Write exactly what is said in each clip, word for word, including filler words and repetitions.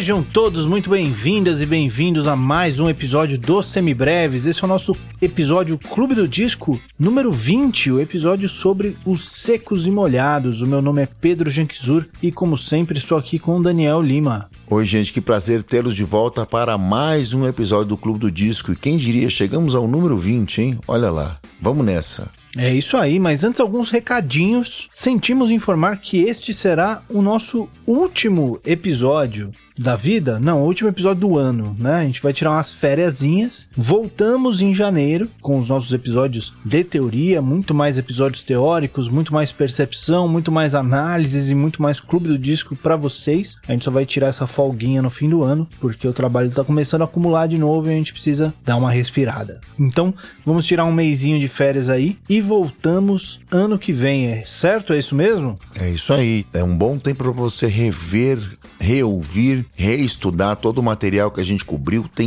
Sejam todos muito bem-vindas e bem-vindos a mais um episódio do Semibreves. Esse é o nosso episódio Clube do Disco número vinte, o episódio sobre os secos e molhados. O meu nome é Pedro Janczur e, como sempre, estou aqui com o Daniel Lima. Oi, gente, que prazer tê-los de volta para mais um episódio do Clube do Disco. E quem diria, chegamos ao número vinte, hein? Olha lá, vamos nessa. É isso aí, mas antes alguns recadinhos. Sentimos informar que este será o nosso último episódio da vida, não, o último episódio do ano, né? A gente vai tirar umas fériasinhas. Voltamos em janeiro com os nossos episódios de teoria, muito mais episódios teóricos, muito mais percepção, muito mais análises e muito mais Clube do Disco para vocês. A gente só vai tirar essa folguinha no fim do ano, porque o trabalho tá começando a acumular de novo e a gente precisa dar uma respirada. Então, vamos tirar um mesinho de férias aí e voltamos ano que vem, é certo? É isso mesmo? É isso aí. É um bom tempo para você rever, reouvir, reestudar todo o material que a gente cobriu. Tem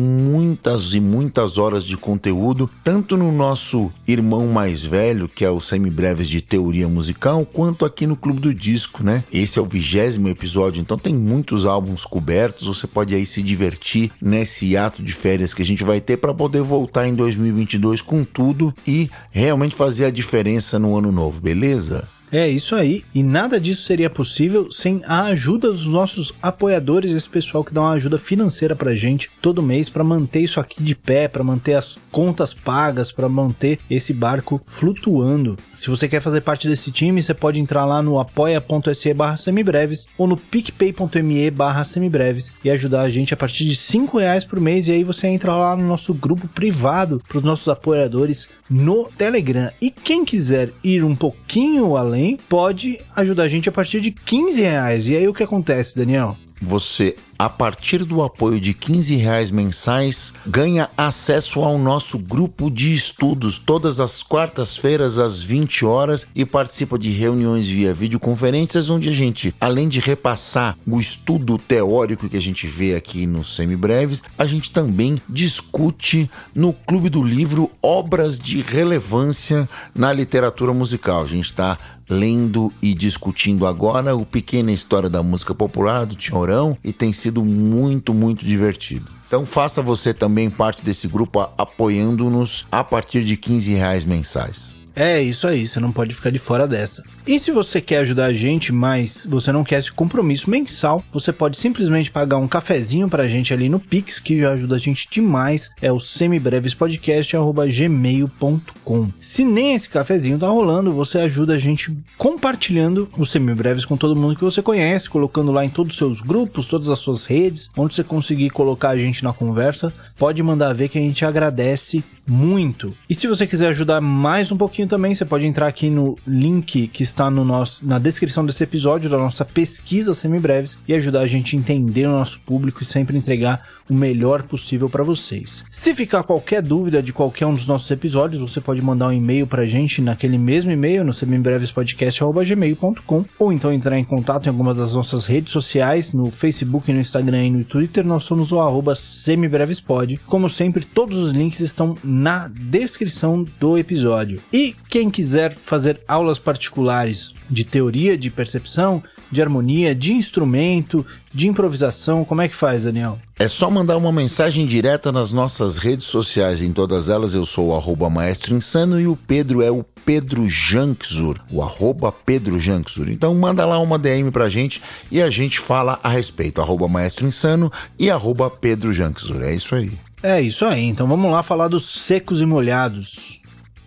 muitas e muitas horas de conteúdo, tanto no nosso irmão mais velho, que é o Semibreves de Teoria Musical, quanto aqui no Clube do Disco, né? Esse é o vigésimo episódio, então tem muitos álbuns cobertos. Você pode aí se divertir nesse ato de férias que a gente vai ter para poder voltar em dois mil e vinte e dois com tudo e realmente fazer a diferença no ano novo, beleza? É isso aí, e nada disso seria possível sem a ajuda dos nossos apoiadores, esse pessoal que dá uma ajuda financeira pra gente todo mês pra manter isso aqui de pé, pra manter as contas pagas, pra manter esse barco flutuando. Se você quer fazer parte desse time, você pode entrar lá no apoia.se barra semibreves ou no picpay.me barra semibreves e ajudar a gente a partir de cinco reais por mês, e aí você entra lá no nosso grupo privado pros nossos apoiadores no Telegram. E quem quiser ir um pouquinho além, pode ajudar a gente a partir de quinze reais. E aí o que acontece, Daniel? Você, a partir do apoio de quinze reais mensais, ganha acesso ao nosso grupo de estudos todas as quartas-feiras às vinte horas e participa de reuniões via videoconferências, onde a gente, além de repassar o estudo teórico que a gente vê aqui nos Semibreves, a gente também discute no Clube do Livro obras de relevância na literatura musical. A gente está lendo e discutindo agora o Pequena História da Música Popular, do Tinhorão, e tem sido muito, muito divertido. Então faça você também parte desse grupo apoiando-nos a partir de quinze reais mensais. É isso aí, você não pode ficar de fora dessa. E se você quer ajudar a gente, mas você não quer esse compromisso mensal, você pode simplesmente pagar um cafezinho pra gente ali no Pix, que já ajuda a gente demais. É o semibrevespodcast arroba gmail ponto com. Se nem esse cafezinho tá rolando, você ajuda a gente compartilhando os Semibreves com todo mundo que você conhece, colocando lá em todos os seus grupos, todas as suas redes, onde você conseguir colocar a gente na conversa, pode mandar ver que a gente agradece muito. E se você quiser ajudar mais um pouquinho também, você pode entrar aqui no link que está no nosso, na descrição desse episódio, da nossa pesquisa Semibreves, e ajudar a gente a entender o nosso público e sempre entregar o melhor possível para vocês. Se ficar qualquer dúvida de qualquer um dos nossos episódios, você pode mandar um e-mail pra gente naquele mesmo e-mail, no semibrevespodcast arroba gmail ponto com, ou então entrar em contato em algumas das nossas redes sociais, no Facebook, no Instagram e no Twitter. Nós somos o arroba semibrevespod. Como sempre, todos os links estão na descrição do episódio. E quem quiser fazer aulas particulares de teoria, de percepção, de harmonia, de instrumento, de improvisação, como é que faz, Daniel? É só mandar uma mensagem direta nas nossas redes sociais. Em todas elas eu sou o arroba Maestro Insano e o Pedro é o Pedro Janczur, o arroba Pedro Janczur. Então manda lá uma D M pra gente e a gente fala a respeito, arroba Maestro Insano e arroba Pedro Janczur. É isso aí. É isso aí, então vamos lá falar dos secos e molhados.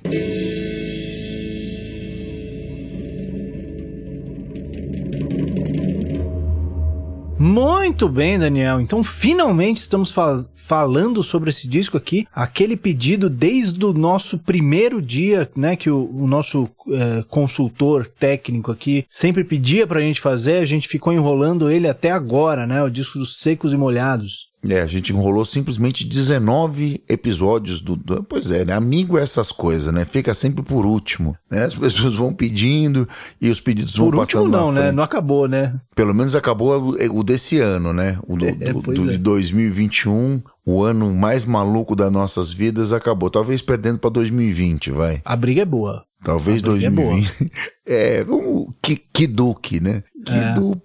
Muito bem, Daniel. Então, finalmente estamos fal- falando sobre esse disco aqui. Aquele pedido desde o nosso primeiro dia, né, que o, o nosso é, consultor técnico aqui sempre pedia pra gente fazer. A gente ficou enrolando ele até agora, né, o disco dos Secos e Molhados. É, a gente enrolou simplesmente dezenove episódios do, do... Pois é, né? Amigo é essas coisas, né? Fica sempre por último, né? As pessoas vão pedindo e os pedidos vão por passando último, não, na frente. Né? Não acabou, né? Pelo menos acabou o, o desse ano, né? O do, é, do, do, é. de dois mil e vinte e um, o ano mais maluco das nossas vidas, acabou. Talvez perdendo pra dois mil e vinte, vai. A briga é boa. Talvez dois mil e vinte. É, vamos... Que, que duque, né? Que é. dupla.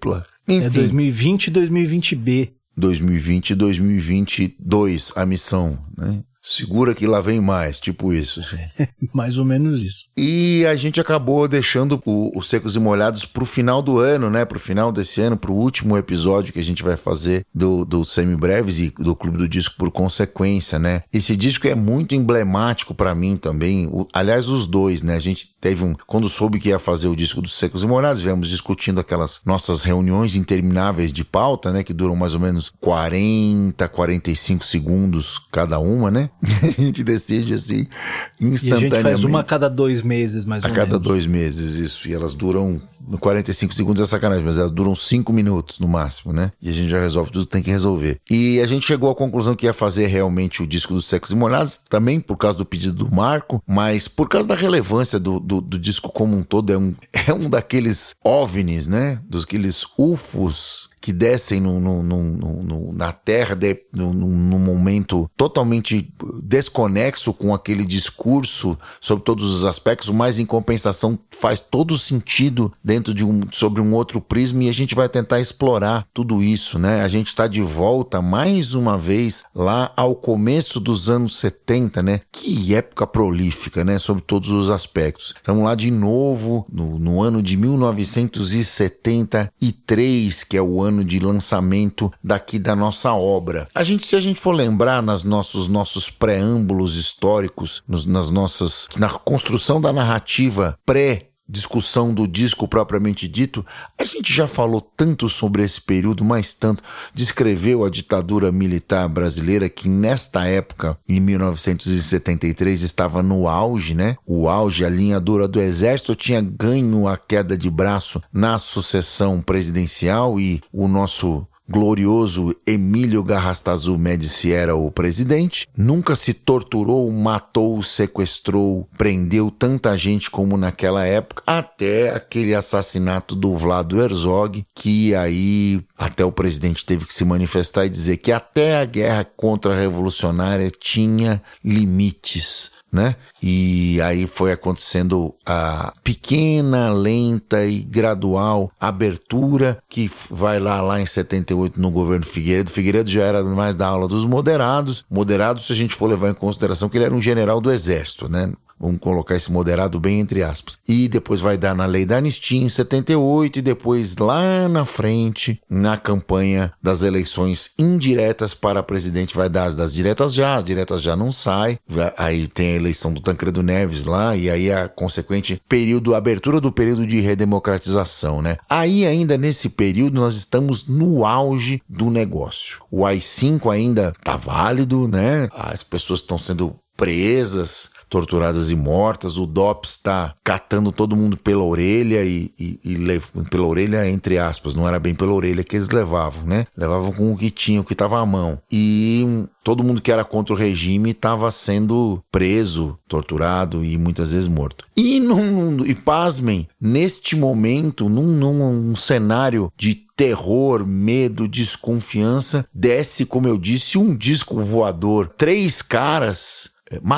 Enfim. É dois mil e vinte e dois mil e vinte B. dois mil e vinte e dois mil e vinte e dois, a missão, né? Segura que lá vem mais, tipo isso. Assim. Mais ou menos isso. E a gente acabou deixando o, os Secos e Molhados pro final do ano, né? Pro final desse ano, pro último episódio que a gente vai fazer do, do Semibreves e do Clube do Disco por consequência, né? Esse disco é muito emblemático pra mim também. O, aliás, os dois, né? A gente teve um... Quando soube que ia fazer o disco dos Secos e Molhados, viemos discutindo aquelas nossas reuniões intermináveis de pauta, né? Que duram mais ou menos quarenta, quarenta e cinco segundos cada uma, né? A gente decide assim, instantaneamente. E a gente faz uma a cada dois meses, mais ou menos. menos. A cada dois meses, isso. E elas duram, quarenta e cinco segundos é sacanagem, mas elas duram cinco minutos no máximo, né? E a gente já resolve tudo que tem que resolver. E a gente chegou à conclusão que ia fazer realmente o disco dos Secos e Molhados, também por causa do pedido do Marco, mas por causa da relevância do, do, do disco como um todo. É um, é um daqueles OVNIs, né? Dos aqueles U F Os que descem no, no, no, no, na Terra de, no, num momento totalmente desconexo com aquele discurso sobre todos os aspectos, mas em compensação faz todo sentido dentro de um, sobre um outro prisma, e a gente vai tentar explorar tudo isso, né? A gente está de volta mais uma vez lá ao começo dos anos setenta, né? Que época prolífica, né? Sobre todos os aspectos. Estamos lá de novo no, no ano de mil novecentos e setenta e três, que é o ano de lançamento daqui da nossa obra. A gente, se a gente for lembrar nas nossos, nossos preâmbulos históricos, nos, nas nossas, na construção da narrativa pré discussão do disco propriamente dito, a gente já falou tanto sobre esse período, mas tanto, descreveu a ditadura militar brasileira que nesta época, em mil novecentos e setenta e três, estava no auge, né? O auge, a linha dura do exército tinha ganho a queda de braço na sucessão presidencial e o nosso glorioso Emílio Garrastazu Médici era o presidente. Nunca se torturou, matou, sequestrou, prendeu tanta gente como naquela época, até aquele assassinato do Vlado Herzog, que aí até o presidente teve que se manifestar e dizer que até a guerra contra-revolucionária tinha limites, né? E aí foi acontecendo a pequena, lenta e gradual abertura que vai lá, lá em setenta e oito no governo Figueiredo. Figueiredo já era mais da ala dos moderados. Moderados, se a gente for levar em consideração que ele era um general do exército, né? Vamos colocar esse moderado bem entre aspas. E depois vai dar na lei da anistia em setenta e oito e depois lá na frente, na campanha das eleições indiretas para presidente, vai dar as das diretas já, as diretas já não sai. Aí tem a eleição do Tancredo Neves lá e aí a consequente período, abertura do período de redemocratização, né? Aí ainda nesse período nós estamos no auge do negócio. O A I cinco ainda tá válido, né? As pessoas estão sendo presas, torturadas e mortas, o D O P S está catando todo mundo pela orelha e, e, e lev... pela orelha entre aspas, não era bem pela orelha que eles levavam, né? Levavam com o que tinha, o que estava à mão. E todo mundo que era contra o regime estava sendo preso, torturado e muitas vezes morto. E, num, e pasmem, neste momento, num, num cenário de terror, medo, desconfiança, desce, como eu disse, um disco voador. Três caras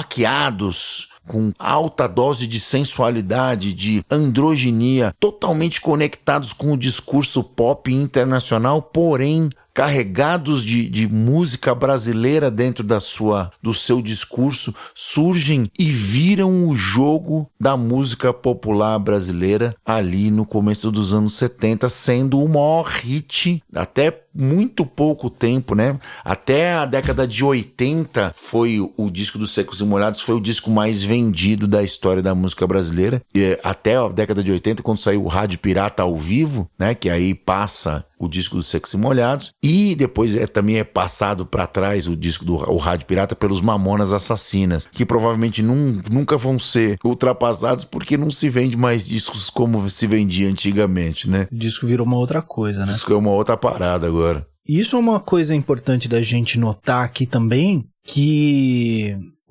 maquiados, com alta dose de sensualidade, de androginia, totalmente conectados com o discurso pop internacional, porém carregados de, de música brasileira dentro da sua, do seu discurso, surgem e viram o jogo da música popular brasileira ali no começo dos anos setenta, sendo o maior hit até muito pouco tempo, né? Até a década de oitenta foi o disco dos Secos e Molhados, foi o disco mais vendido da história da música brasileira. E até a década de oitenta, quando saiu o Rádio Pirata ao vivo, né? Que aí passa o disco dos Secos e Molhados, e depois é, também é passado para trás o disco do o Rádio Pirata pelos Mamonas Assassinas, que provavelmente num, nunca vão ser ultrapassados porque não se vende mais discos como se vendia antigamente, né? O disco virou uma outra coisa, né? O disco é uma outra parada agora. E isso é uma coisa importante da gente notar aqui também, que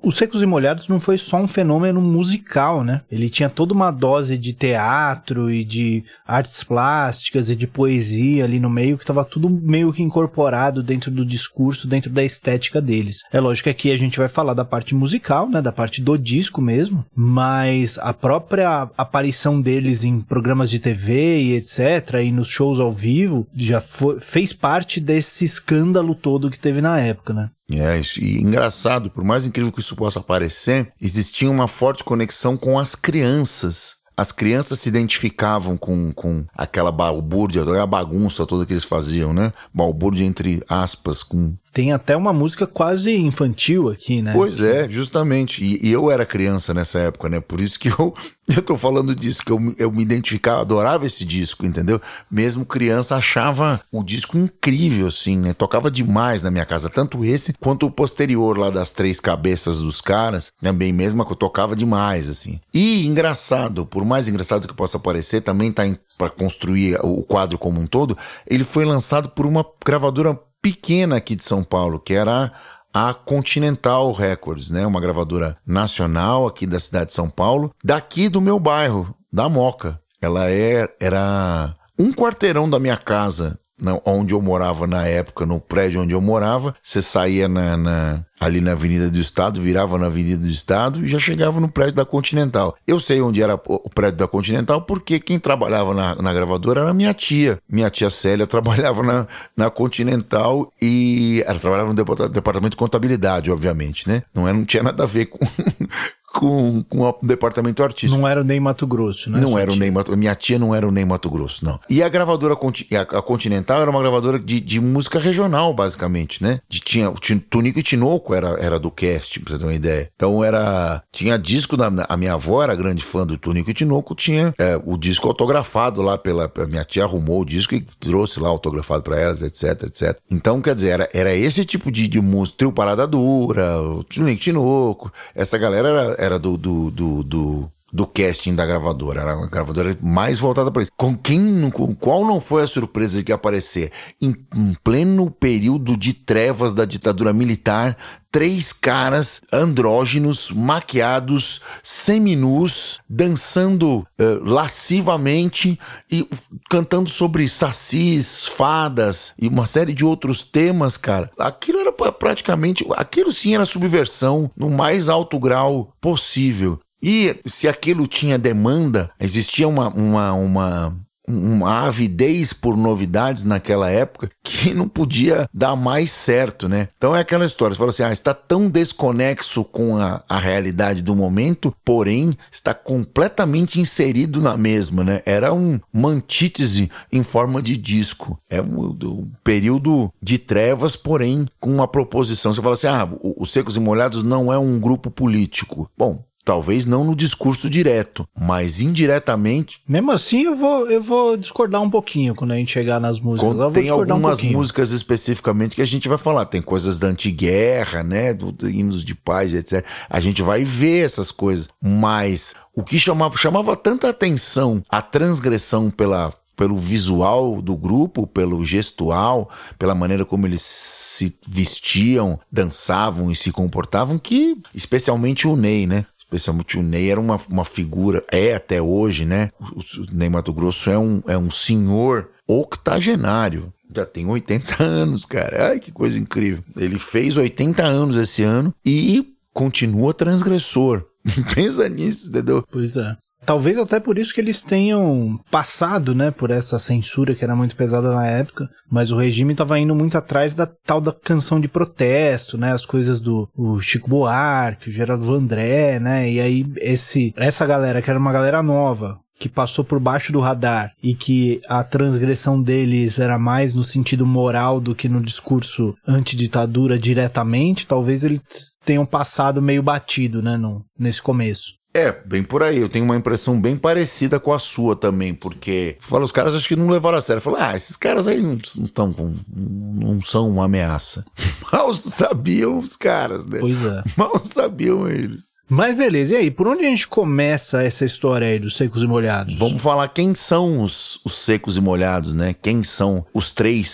Os Secos e Molhados não foi só um fenômeno musical, né? Ele tinha toda uma dose de teatro e de artes plásticas e de poesia ali no meio, que estava tudo meio que incorporado dentro do discurso, dentro da estética deles. É lógico que aqui a gente vai falar da parte musical, né? Da parte do disco mesmo, mas a própria aparição deles em programas de T V e etcétera, e nos shows ao vivo, já foi, fez parte desse escândalo todo que teve na época, né? É, e engraçado, por mais incrível que isso possa parecer, existia uma forte conexão com as crianças. As crianças se identificavam com, com aquela balbúrdia, a bagunça toda que eles faziam, né? Balbúrdia entre aspas, com... Tem até uma música quase infantil aqui, né? Pois é, justamente. E, e eu era criança nessa época, né? Por isso que eu, eu tô falando disso, que eu, eu me identificava, adorava esse disco, entendeu? Mesmo criança, achava o disco incrível, assim, né? Tocava demais na minha casa, tanto esse quanto o posterior lá das Três Cabeças dos Caras, também mesmo que eu tocava demais, assim. E engraçado, por mais engraçado que possa parecer, também tá para construir o quadro como um todo, ele foi lançado por uma gravadora pequena aqui de São Paulo, que era a Continental Records, né? Uma gravadora nacional aqui da cidade de São Paulo, daqui do meu bairro, da Moca. Ela é, era um quarteirão da minha casa, onde eu morava na época, no prédio onde eu morava. Você saía na, na, ali na Avenida do Estado, virava na Avenida do Estado e já chegava no prédio da Continental. Eu sei onde era o prédio da Continental porque quem trabalhava na, na gravadora era minha tia. Minha tia Célia trabalhava na, na Continental e ela trabalhava no departamento de contabilidade, obviamente, né? Não, era, não tinha nada a ver com... Com, com o departamento artístico. Não era o Ney Mato Grosso, né? Não era o Ney Mato Minha tia não era o Ney Mato Grosso, não. E a gravadora a Continental era uma gravadora de, de música regional, basicamente, né? De, tinha, o Tunico e Tinoco era, era do cast, pra você ter uma ideia. Então era... Tinha disco da... A minha avó era grande fã do Tunico e Tinoco, tinha é, o disco autografado lá pela... A minha tia arrumou o disco e trouxe lá autografado pra elas, etc, etcétera. Então, quer dizer, era, era esse tipo de, de música. Trio Parada Dura, o Tunico e Tinoco. Essa galera era... era do, do, do, do, do casting da gravadora, era uma gravadora mais voltada para isso. Com quem, com qual não foi a surpresa de aparecer em, em pleno período de trevas da ditadura militar, três caras andrógenos, maquiados, seminus, dançando uh, lascivamente e cantando sobre sacis, fadas e uma série de outros temas, cara. Aquilo era praticamente... Aquilo sim era subversão no mais alto grau possível. E se aquilo tinha demanda, existia uma... uma, uma uma avidez por novidades naquela época que não podia dar mais certo, né? Então é aquela história, você fala assim, ah, está tão desconexo com a, a realidade do momento, porém está completamente inserido na mesma, né? Era um, uma antítese em forma de disco. É um, um período de trevas, porém com uma proposição. Você fala assim, ah, os Secos e Molhados não é um grupo político. Bom, talvez não no discurso direto, mas indiretamente... Mesmo assim, eu vou, eu vou discordar um pouquinho quando a gente chegar nas músicas. Eu vou tem algumas um músicas especificamente que a gente vai falar. Tem coisas da antiguerra, né? Do, do hinos de paz, etcétera. A gente vai ver essas coisas. Mas o que chamava, chamava tanta atenção a transgressão pela... pelo visual do grupo, pelo gestual, pela maneira como eles se vestiam, dançavam e se comportavam, que especialmente o Ney, né? Especialmente o Ney era uma, uma figura, é até hoje, né? O, o Ney Mato Grosso é um, é um senhor octogenário. Já tem oitenta anos, cara. Ai, que coisa incrível. Ele fez oitenta anos esse ano e continua transgressor. Pensa nisso, entendeu? Pois é. Talvez até por isso que eles tenham passado, né, por essa censura que era muito pesada na época, mas o regime estava indo muito atrás da tal da canção de protesto, né, as coisas do o Chico Buarque, o Geraldo Vandré, né, e aí esse, essa galera, que era uma galera nova, que passou por baixo do radar e que a transgressão deles era mais no sentido moral do que no discurso antiditadura diretamente, talvez eles tenham passado meio batido, né, no, nesse começo. É, bem por aí. Eu tenho uma impressão bem parecida com a sua também, porque fala, os caras acho que não levaram a sério. Fala, ah, esses caras aí não, não, com, não são uma ameaça. Mal sabiam os caras, né? Pois é. Mal sabiam eles. Mas beleza, e aí, por onde a gente começa essa história aí dos Secos e Molhados? Vamos falar quem são os, os Secos e Molhados, né? Quem são os três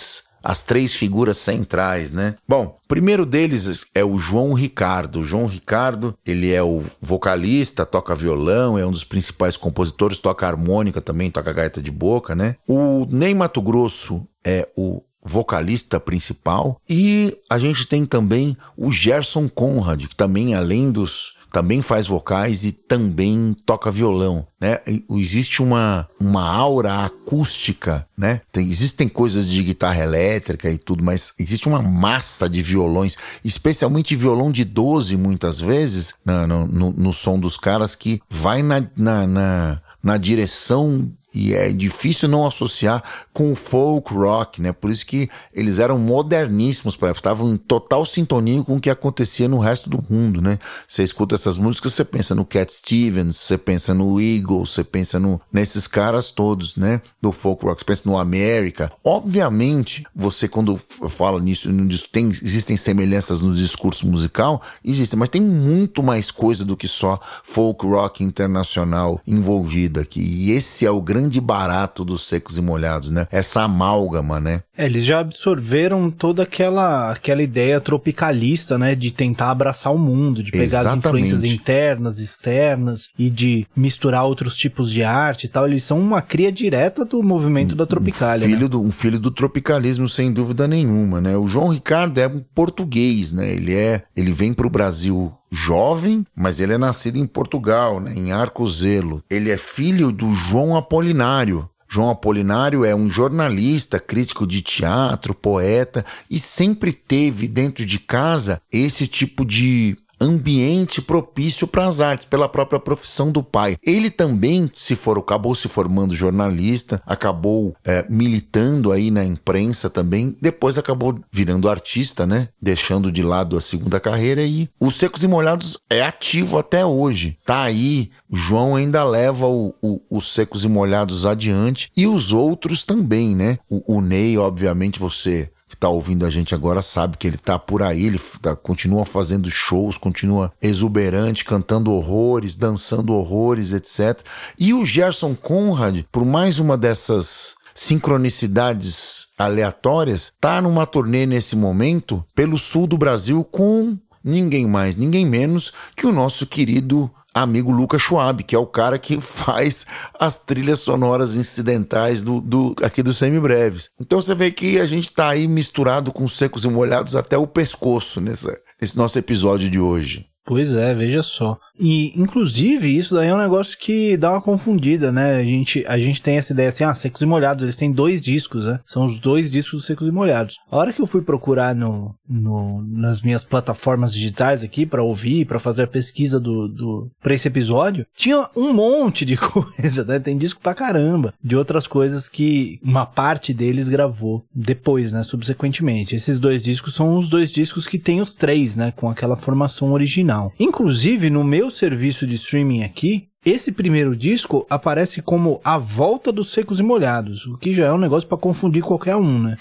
as três figuras centrais, né? Bom, o primeiro deles é o João Ricardo. O João Ricardo, ele é o vocalista, toca violão, é um dos principais compositores, toca harmônica também, toca gaita de boca, né? O Ney Matogrosso é o vocalista principal, e a gente tem também o Gerson Conrad, que também, além dos também faz vocais e também toca violão, né? Existe uma, uma aura acústica, né? Tem, existem coisas de guitarra elétrica e tudo, mas existe uma massa de violões, especialmente violão de doze, muitas vezes, na, no, no, no som dos caras, que vai na, na, na, na direção. E é difícil não associar com o folk rock, né? Por isso que eles eram moderníssimos, estavam em total sintonia com o que acontecia no resto do mundo, né? Você escuta essas músicas, você pensa no Cat Stevens, você pensa no Eagles, você pensa no, nesses caras todos, né? Do folk rock, você pensa no America. Obviamente, você quando fala nisso, tem, existem semelhanças no discurso musical, existem, mas tem muito mais coisa do que só folk rock internacional envolvida aqui. E esse é o grande grande barato dos Secos e Molhados, né? Essa amálgama, né? É, eles já absorveram toda aquela, aquela ideia tropicalista, né? De tentar abraçar o mundo, de pegar Exatamente. As influências internas, externas e de misturar outros tipos de arte e tal. Eles são uma cria direta do movimento um, da Tropicália, um filho né? do, um filho do tropicalismo, sem dúvida nenhuma, né? O João Ricardo é um português, né? Ele é, ele vem pro Brasil jovem, mas ele é nascido em Portugal, né, em Arcozelo. Ele é filho do João Apolinário. João Apolinário é um jornalista, crítico de teatro, poeta, e sempre teve dentro de casa esse tipo de ambiente propício para as artes, pela própria profissão do pai. Ele também se for, acabou se formando jornalista, acabou é, militando aí na imprensa também, depois acabou virando artista, né? Deixando de lado a segunda carreira, e os Secos e Molhados é ativo até hoje. Tá aí, o João ainda leva o, o, os Secos e Molhados adiante, e os outros também, né? O, o Ney, obviamente, você que tá ouvindo a gente agora sabe que ele tá por aí, ele tá, continua fazendo shows, continua exuberante, cantando horrores, dançando horrores, etcétera. E o Gerson Conrad, por mais uma dessas sincronicidades aleatórias, tá numa turnê nesse momento pelo sul do Brasil com ninguém mais, ninguém menos que o nosso querido amigo Lucas Schwab, que é o cara que faz as trilhas sonoras incidentais do, do, aqui dos Semibreves. Então você vê que a gente tá aí misturado com Secos e Molhados até o pescoço nessa, nesse nosso episódio de hoje. Pois é, veja só. E, inclusive, isso daí é um negócio que dá uma confundida, né? A gente, a gente tem essa ideia assim, ah, Secos e Molhados, eles têm dois discos, né? São os dois discos dos Secos e Molhados. A hora que eu fui procurar no, no, nas minhas plataformas digitais aqui pra ouvir, pra fazer a pesquisa do, do, pra esse episódio, tinha um monte de coisa, né? Tem disco pra caramba, de outras coisas que uma parte deles gravou depois, né? Subsequentemente. Esses dois discos são os dois discos que tem os três, né? Com aquela formação original. Inclusive, no meu serviço de streaming aqui, esse primeiro disco aparece como A Volta dos Secos e Molhados, o que já é um negócio pra confundir qualquer um, né?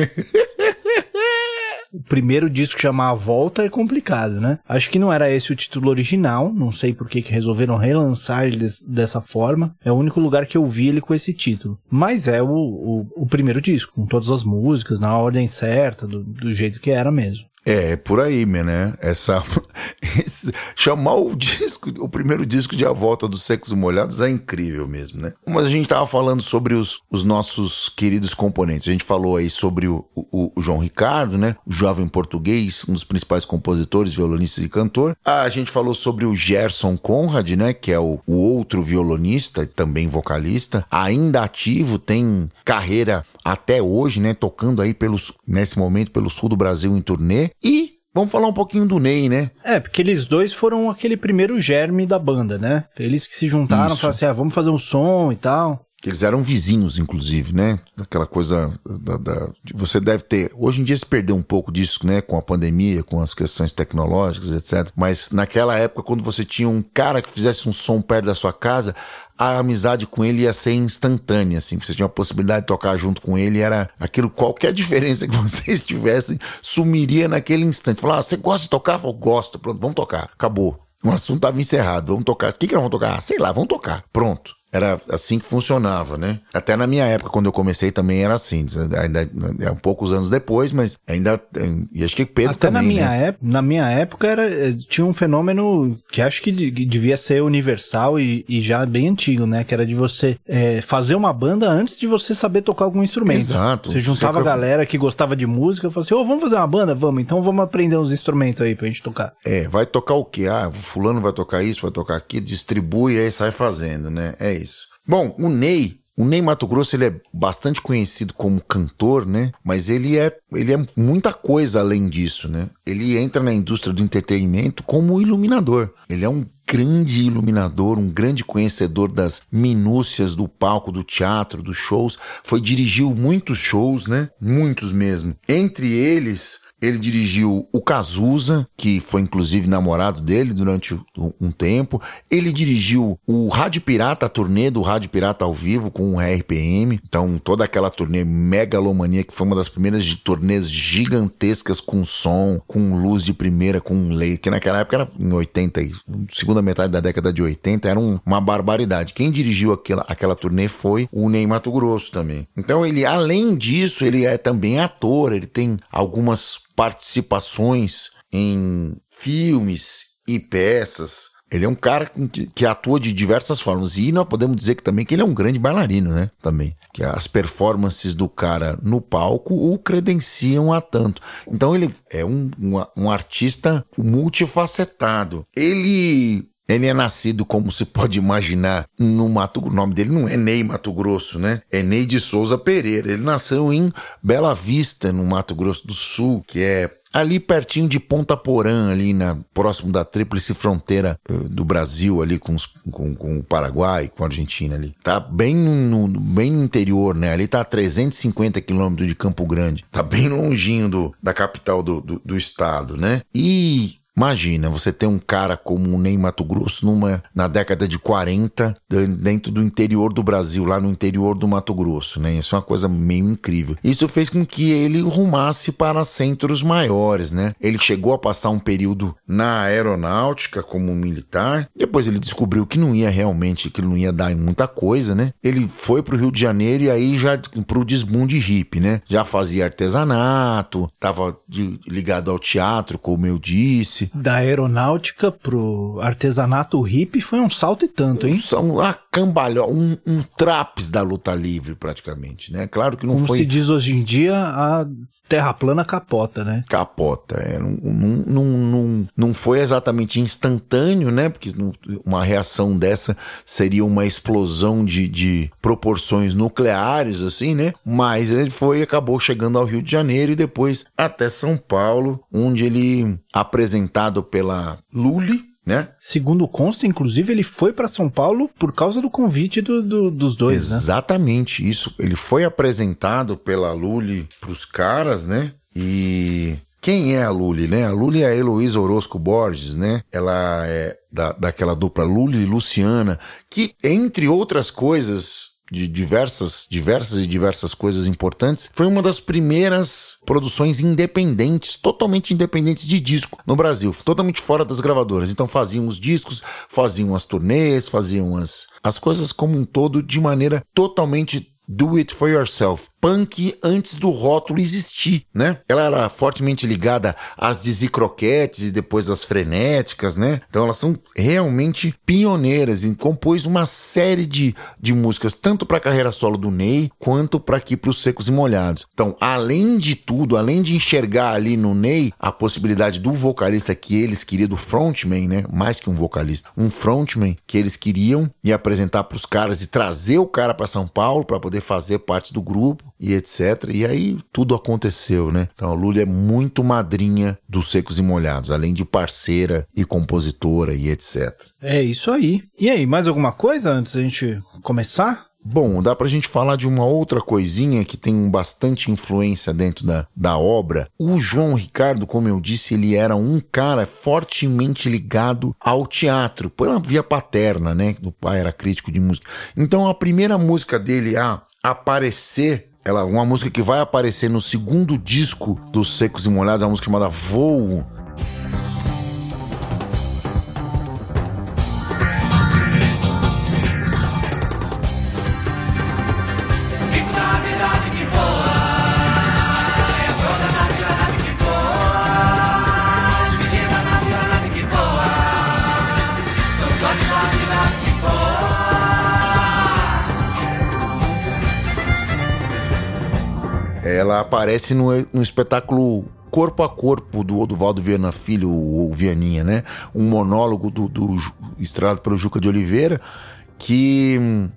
O primeiro disco chamar A Volta é complicado, né? Acho que não era esse o título original, não sei por que que resolveram relançar ele dessa forma. É o único lugar que eu vi ele com esse título. Mas é o, o, o primeiro disco, com todas as músicas, na ordem certa, do, do jeito que era mesmo. É, por aí, né? Essa, esse, chamar o disco, o primeiro disco de A Volta dos Secos e Molhados é incrível mesmo, né? Mas a gente tava falando sobre os, os nossos queridos componentes. A gente falou aí sobre o, o, o João Ricardo, né? O jovem português, um dos principais compositores, violonistas e cantor. A gente falou sobre o Gerson Conrad, né? Que é o, o outro violonista e também vocalista, ainda ativo, tem carreira até hoje, né? Tocando aí pelos, nesse momento pelo sul do Brasil em turnê. E vamos falar um pouquinho do Ney, né? É, porque eles dois foram aquele primeiro germe da banda, né? Eles que se juntaram, falaram assim, ah, vamos fazer um som e tal. Eles eram vizinhos, inclusive, né? Aquela coisa da, da... Você deve ter... Hoje em dia se perdeu um pouco disso, né? Com a pandemia, com as questões tecnológicas, etcétera. Mas naquela época, quando você tinha um cara que fizesse um som perto da sua casa, a amizade com ele ia ser instantânea, assim. Você tinha a possibilidade de tocar junto com ele, era aquilo, qualquer diferença que vocês tivessem, sumiria naquele instante. Falar, ah, você gosta de tocar? Eu falo, gosto, pronto, vamos tocar. Acabou. O assunto estava encerrado, vamos tocar. O que que nós vamos tocar? Ah, sei lá, vamos tocar. Pronto. era assim que funcionava, né? Até na minha época, quando eu comecei, também era assim. Ainda é um poucos anos depois, mas ainda... E acho que Pedro Até também, na minha, né? época, na minha época era, tinha um fenômeno que acho que devia ser universal e, e já bem antigo, né? Que era de você é, fazer uma banda antes de você saber tocar algum instrumento. Exato. Você juntava a galera que gostava de música e falava assim, ô, oh, vamos fazer uma banda? Vamos, então vamos aprender uns instrumentos aí pra gente tocar. É, vai tocar o quê? Ah, fulano vai tocar isso, vai tocar aquilo, distribui e aí sai fazendo, né? É isso. Bom, o Ney... O Ney Matogrosso, ele é bastante conhecido como cantor, né? Mas ele é, ele é muita coisa além disso, né? Ele entra na indústria do entretenimento como iluminador. Ele é um grande iluminador, um grande conhecedor das minúcias do palco, do teatro, dos shows. Foi, dirigiu muitos shows, né? Muitos mesmo. Entre eles... Ele dirigiu o Cazuza, que foi inclusive namorado dele durante um tempo. Ele dirigiu o Rádio Pirata, a turnê do Rádio Pirata ao vivo com o R P M. Então, toda aquela turnê megalomania, que foi uma das primeiras de turnês gigantescas com som, com luz de primeira, com lei, que naquela época era em oitenta, segunda metade da década de oitenta, era um, uma barbaridade. Quem dirigiu aquela, aquela turnê foi o Ney Matogrosso também. Então, ele, além disso, ele é também ator, ele tem algumas participações em filmes e peças. Ele é um cara que, que atua de diversas formas. E nós podemos dizer que também que ele é um grande bailarino, né? Também. Que as performances do cara no palco o credenciam a tanto. Então ele é um, um, um artista multifacetado. Ele... Ele é nascido, como se pode imaginar, no Mato Grosso. O nome dele não é Ney Mato Grosso, né? É Ney de Souza Pereira. Ele nasceu em Bela Vista, no Mato Grosso do Sul, que é ali pertinho de Ponta Porã, ali na, próximo da tríplice fronteira uh, do Brasil, ali com, os, com, com o Paraguai, com a Argentina ali. Tá bem no, bem no interior, né? Ali tá a trezentos e cinquenta quilômetros de Campo Grande. Tá bem longinho do, da capital do, do, do estado, né? E... Imagina, você ter um cara como o Ney Matogrosso numa, na década de quarenta, dentro do interior do Brasil, lá no interior do Mato Grosso, né? Isso é uma coisa meio incrível. Isso fez com que ele rumasse para centros maiores, né? Ele chegou a passar um período na aeronáutica como militar, depois ele descobriu que não ia realmente, que não ia dar em muita coisa, né? Ele foi pro Rio de Janeiro e aí já pro desbunde hippie, né? Já fazia artesanato, tava de, ligado ao teatro, como eu disse. Da aeronáutica pro artesanato hippie foi um salto e tanto, hein? São uma cambalhota, um, um traps da luta livre praticamente, né? Claro que não Como foi... se diz hoje em dia, a terra plana capota, né? Capota, é. Não, não, não, não, não foi exatamente instantâneo, né? Porque uma reação dessa seria uma explosão de, de proporções nucleares, assim, né? Mas ele foi e acabou chegando ao Rio de Janeiro e depois até São Paulo, onde ele, apresentado pela Lully, né? Segundo consta, inclusive, ele foi para São Paulo por causa do convite do, do, dos dois, né? Exatamente isso. Ele foi apresentado pela Lully pros caras, né? E quem é a Lully, né? A Lully é a Heloísa Orozco Borges, né? Ela é da, daquela dupla Lully e Luciana, que, entre outras coisas... de diversas, diversas e diversas coisas importantes, foi uma das primeiras produções independentes, totalmente independentes de disco no Brasil, totalmente fora das gravadoras. Então faziam os discos, faziam as turnês, faziam as, as coisas como um todo de maneira totalmente do it for yourself. Punk antes do rótulo existir, né? Ela era fortemente ligada às Dizzy Croquettes e depois às frenéticas, né? Então elas são realmente pioneiras e compôs uma série de, de músicas, tanto para a carreira solo do Ney, quanto para aqui para os Secos e Molhados. Então, além de tudo, além de enxergar ali no Ney a possibilidade do vocalista que eles queriam, do frontman, né? Mais que um vocalista, um frontman que eles queriam e apresentar para os caras e trazer o cara para São Paulo para poder fazer parte do grupo e etcétera. E aí tudo aconteceu, né? Então a Lully é muito madrinha dos Secos e Molhados, além de parceira e compositora e etcétera. É isso aí. E aí, mais alguma coisa antes da gente começar? Bom, dá pra gente falar de uma outra coisinha que tem bastante influência dentro da, da obra. O João Ricardo, como eu disse, ele era um cara fortemente ligado ao teatro, pela via paterna, né? O pai era crítico de música. Então a primeira música dele a aparecer, ela, uma música que vai aparecer no segundo disco dos Secos e Molhados, é uma música chamada Voo. ela aparece no, no espetáculo Corpo a Corpo do Oduvaldo Viana Filho, ou Vianinha, né? Um monólogo do, do, estrelado pelo Juca de Oliveira, que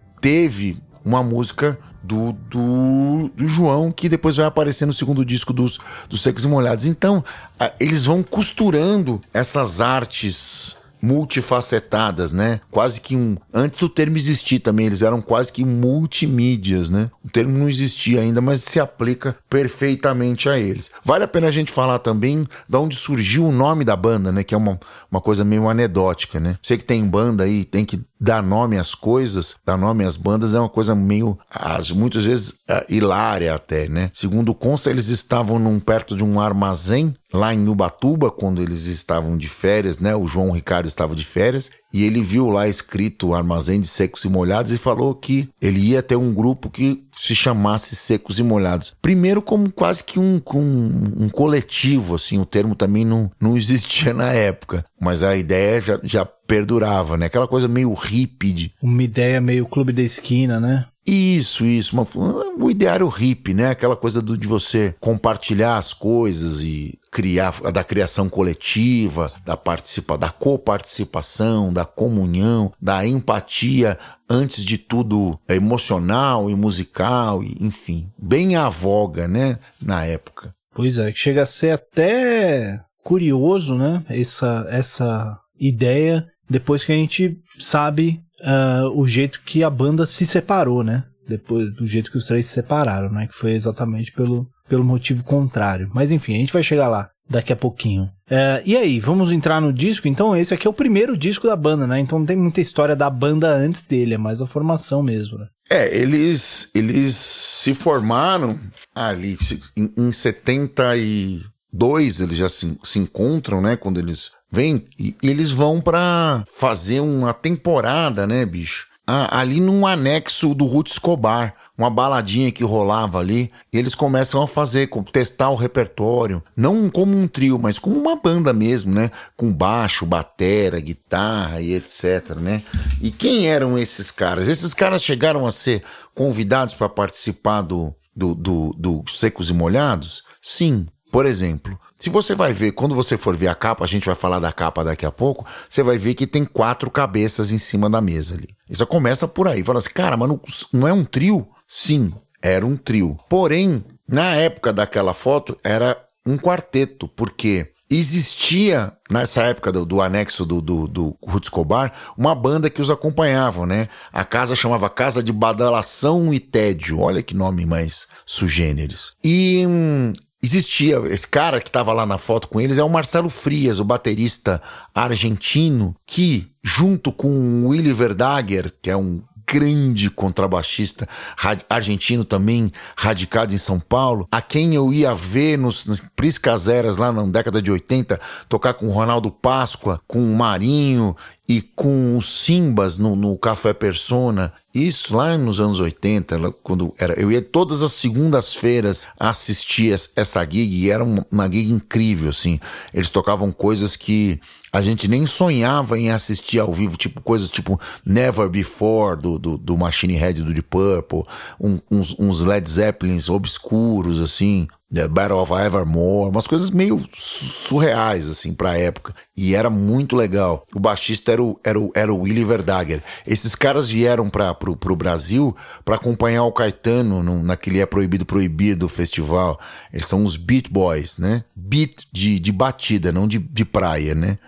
teve uma música do, do, do João, que depois vai aparecer no segundo disco dos, dos Secos e Molhados. Então, a, eles vão costurando essas artes multifacetadas, né? Quase que um... Antes do termo existir também, eles eram quase que multimídias, né? O termo não existia ainda, mas se aplica perfeitamente a eles. Vale a pena a gente falar também de onde surgiu o nome da banda, né? Que é uma, uma coisa meio anedótica, né? Você que tem banda aí, tem que dar nome às coisas, dar nome às bandas é uma coisa meio, as, muitas vezes, uh, hilária até, né? Segundo consta, eles estavam num, perto de um armazém, lá em Ubatuba, quando eles estavam de férias, né? O João Ricardo estava de férias, e ele viu lá escrito Armazém de Secos e Molhados e falou que ele ia ter um grupo que se chamasse Secos e Molhados. Primeiro como quase que um, um, um coletivo, assim, o termo também não, não existia na época, mas a ideia já, já perdurava, né? Aquela coisa meio hippie. De... Uma ideia meio clube da esquina, né? Isso, isso. Uma, um ideário hippie, né? Aquela coisa do, de você compartilhar as coisas e criar, da criação coletiva, da, participa, da coparticipação, da comunhão, da empatia, antes de tudo emocional e musical, e, enfim, bem à voga, né? Na época. Pois é, que chega a ser até curioso, né? Essa, essa ideia, depois que a gente sabe uh, o jeito que a banda se separou, né? Depois do jeito que os três se separaram, né? Que foi exatamente pelo, pelo motivo contrário. Mas enfim, a gente vai chegar lá daqui a pouquinho. Uh, e aí, vamos entrar no disco? Então esse aqui é o primeiro disco da banda, né? Então não tem muita história da banda antes dele, é mais a formação mesmo, né? É, eles, eles se formaram ali em, em setenta e dois, eles já se, se encontram, né? Quando eles vêm, e, e eles vão pra fazer uma temporada, né, bicho? Ah, ali num anexo do Ruth Escobar, uma baladinha que rolava ali, e eles começam a fazer, testar o repertório, não como um trio, mas como uma banda mesmo, né? Com baixo, batera, guitarra e etc, né? E quem eram esses caras? Esses caras chegaram a ser convidados para participar do, do, do, do Secos e Molhados? Sim. Por exemplo, se você vai ver, quando você for ver a capa, a gente vai falar da capa daqui a pouco, você vai ver que tem quatro cabeças em cima da mesa ali. Isso já começa por aí. Fala assim, cara, mas não, não é um trio? Sim, era um trio. Porém, na época daquela foto, era um quarteto, porque existia, nessa época do, do anexo do, do, do Ruth Escobar, uma banda que os acompanhavam, né? A casa chamava Casa de Badalação e Tédio. Olha que nome mais sugêneres. E... Hum, existia, esse cara que estava lá na foto com eles é o Marcelo Frias, o baterista argentino, que junto com o Willy Verdaguer, que é um grande contrabaixista argentino também, radicado em São Paulo, a quem eu ia ver nos, nos Priscas Eras lá na década de oitenta, tocar com o Ronaldo Páscoa, com o Marinho e com os Simbas no, no Café Persona. Isso lá nos anos oitenta, quando era, eu ia todas as segundas-feiras assistir essa gig, e era uma, uma gig incrível, assim. Eles tocavam coisas que a gente nem sonhava em assistir ao vivo, tipo coisas tipo Never Before, do, do, do Machine Head, do Deep Purple, um, uns, uns Led Zeppelins obscuros, assim, The Battle of Evermore, umas coisas meio surreais, assim, pra época. E era muito legal. O baixista era o, era o, era o Willy Verdaguer. Esses caras vieram pra, pro, pro Brasil pra acompanhar o Caetano no, naquele É Proibido Proibir do festival. Eles são os Beat Boys, né? Beat de, de batida, não de, de praia, né?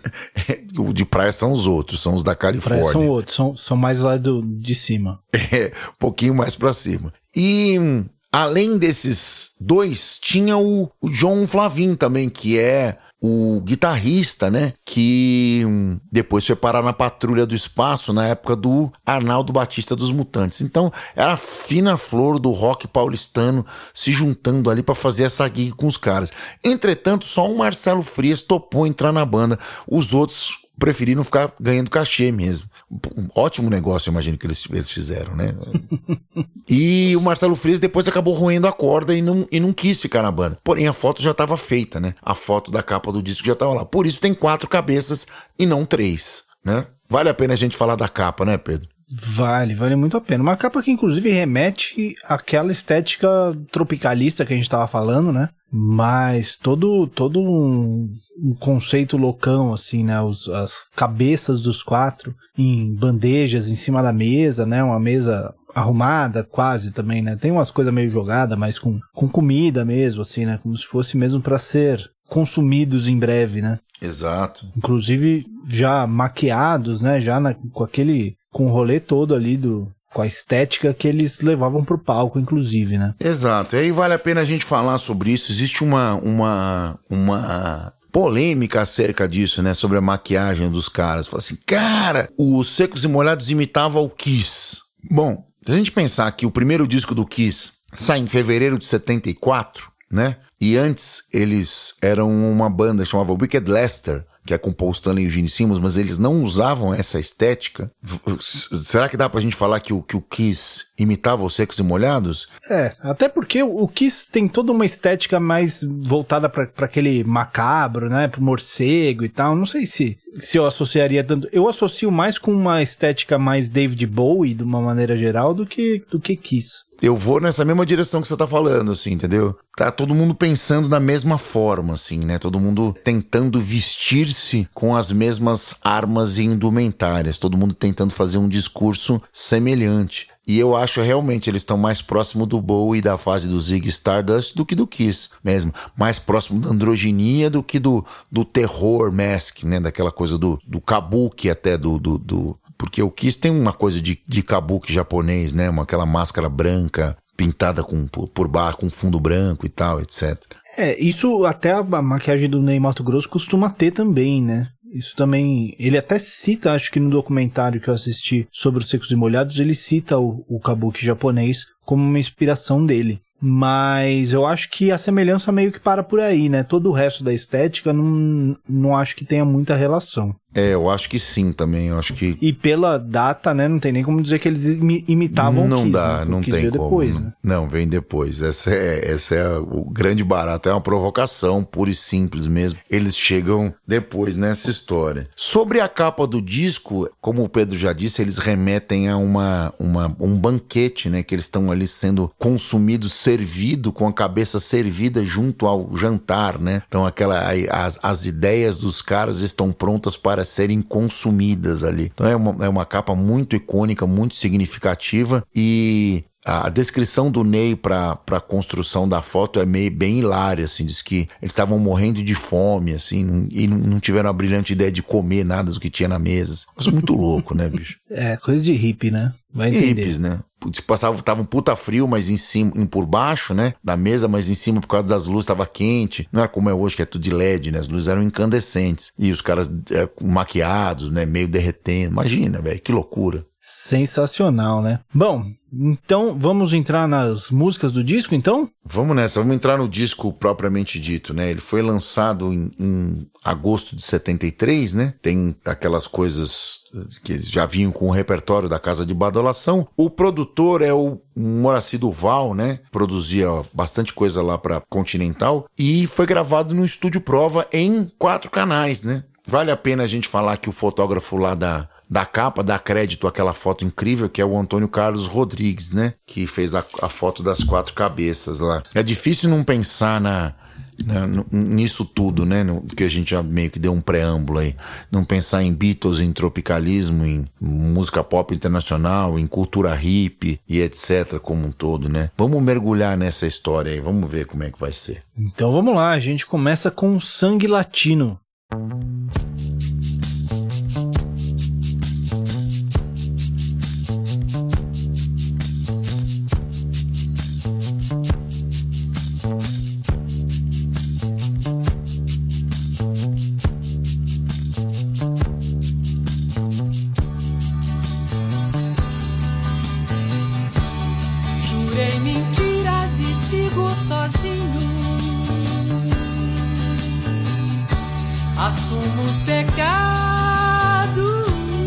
O de praia são os outros, são os da Califórnia. Praia são outros, são, são mais lá do, de cima. É, um pouquinho mais pra cima. E... além desses dois, tinha o, o John Flavin também, que é o guitarrista, né? Que hum, depois foi parar na Patrulha do Espaço, na época do Arnaldo Batista dos Mutantes. Então, era a fina flor do rock paulistano se juntando ali para fazer essa gig com os caras. Entretanto, só o Marcelo Frias topou entrar na banda. Os outros preferiram ficar ganhando cachê mesmo. Um ótimo negócio, eu imagino, que eles, eles fizeram, né? E o Marcelo Frias depois acabou roendo a corda e não, e não quis ficar na banda. Porém, a foto já estava feita, né? A foto da capa do disco já estava lá. Por isso tem quatro cabeças e não três, né? Vale a pena a gente falar da capa, né, Pedro? Vale, vale muito a pena. Uma capa que inclusive remete àquela estética tropicalista que a gente tava falando, né? Mas todo, todo um, um conceito loucão, assim, né? Os, as cabeças dos quatro em bandejas em cima da mesa, né? Uma mesa arrumada quase também, né? Tem umas coisas meio jogadas, mas com, com comida mesmo, assim, né? Como se fosse mesmo para ser consumidos em breve, né? Exato. Inclusive já maquiados, né? Já na, com aquele... com o rolê todo ali do... com a estética que eles levavam pro palco, inclusive, né? Exato. E aí vale a pena a gente falar sobre isso. Existe uma, uma, uma polêmica acerca disso, né? Sobre a maquiagem dos caras. Fala assim, cara, os Secos e Molhados imitavam o Kiss. Bom, se a gente pensar que o primeiro disco do Kiss sai em fevereiro de setenta e quatro, né? E antes eles eram uma banda que chamava Wicked Lester, que é com Paul Stanley e o Gene Simmons, mas eles não usavam essa estética. Será que dá pra gente falar que o, que o Kiss imitava os Secos e Molhados? É, até porque o Kiss tem toda uma estética mais voltada pra, pra aquele macabro, né, pro morcego e tal. Não sei se, se eu associaria tanto. Eu associo mais com uma estética mais David Bowie, de uma maneira geral, do que, do que Kiss. Eu vou nessa mesma direção que você tá falando, assim, entendeu? Tá todo mundo pensando da mesma forma, assim, né? Todo mundo tentando vestir-se com as mesmas armas e indumentárias. Todo mundo tentando fazer um discurso semelhante. E eu acho realmente eles estão mais próximo do Bowie da fase do Ziggy Stardust do que do Kiss mesmo. Mais próximo da androginia do que do, do terror mask, né? Daquela coisa do, do kabuki até, do... do, do... Porque o Kiss tem uma coisa de, de kabuki japonês, né? Uma, aquela máscara branca pintada com, por, por baixo, com fundo branco e tal, etcétera. É, isso até a maquiagem do Ney Matogrosso costuma ter também, né? Isso também, ele até cita, acho que no documentário que eu assisti sobre os Secos e Molhados, ele cita o, o kabuki japonês como uma inspiração dele. Mas eu acho que a semelhança meio que para por aí, né? Todo o resto da estética não, não acho que tenha muita relação. É, eu acho que sim também, eu acho que... E pela data, né, não tem nem como dizer que eles imi- imitavam não o Kiss, dá, né? não o Kiss tem veio como. depois, não, né? não, vem depois. Essa é, essa é o grande barato, é uma provocação pura e simples mesmo. Eles chegam depois nessa história. Sobre a capa do disco, como o Pedro já disse, eles remetem a uma, uma, um banquete, né, que eles estão ali sendo consumidos, servido, com a cabeça servida junto ao jantar, né? Então aquela, as, as ideias dos caras estão prontas para serem consumidas. Sumidas ali. Então é uma, é uma capa muito icônica, muito significativa e a descrição do Ney para a construção da foto é meio bem hilária, assim, diz que eles estavam morrendo de fome, assim, não, e não, não tiveram a brilhante ideia de comer nada do que tinha na mesa. Coisa muito louco, né, bicho? É, coisa de hippie, né? Vai entender. Hippies, né? Passava, tava um puta frio, mas em cima, em, por baixo, né, da mesa, mas em cima por causa das luzes tava quente. Não era como é hoje, que é tudo de L E D, né? As luzes eram incandescentes. E os caras é, maquiados, né, meio derretendo. Imagina, velho, que loucura. Sensacional, né? Bom, então vamos entrar nas músicas do disco, então? Vamos nessa, vamos entrar no disco propriamente dito, né? Ele foi lançado em, em agosto de setenta e três, né? Tem aquelas coisas que já vinham com o repertório da Casa de Badalação. O produtor é o Moraci Duval, né? Produzia bastante coisa lá pra Continental e foi gravado no estúdio Prova em quatro canais, né? Vale a pena a gente falar que o fotógrafo lá da da capa, dá crédito àquela foto incrível que é o Antônio Carlos Rodrigues, né? Que fez a, a foto das quatro cabeças lá. É difícil não pensar na, na, nisso tudo, né? No, que a gente já meio que deu um preâmbulo aí. Não pensar em Beatles, em tropicalismo, em música pop internacional, em cultura hippie e etcétera como um todo, né? Vamos mergulhar nessa história aí, vamos ver como é que vai ser. Então vamos lá, a gente começa com Sangue Latino. Assumo os pecados.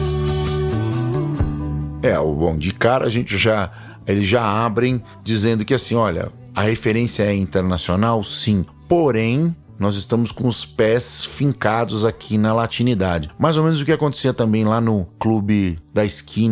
É, o bom, de cara a gente já, eles já abrem dizendo que assim, olha, a referência é internacional, sim, porém nós estamos com os pés fincados aqui na latinidade. Mais ou menos o que acontecia também lá no Clube da Esquina, né?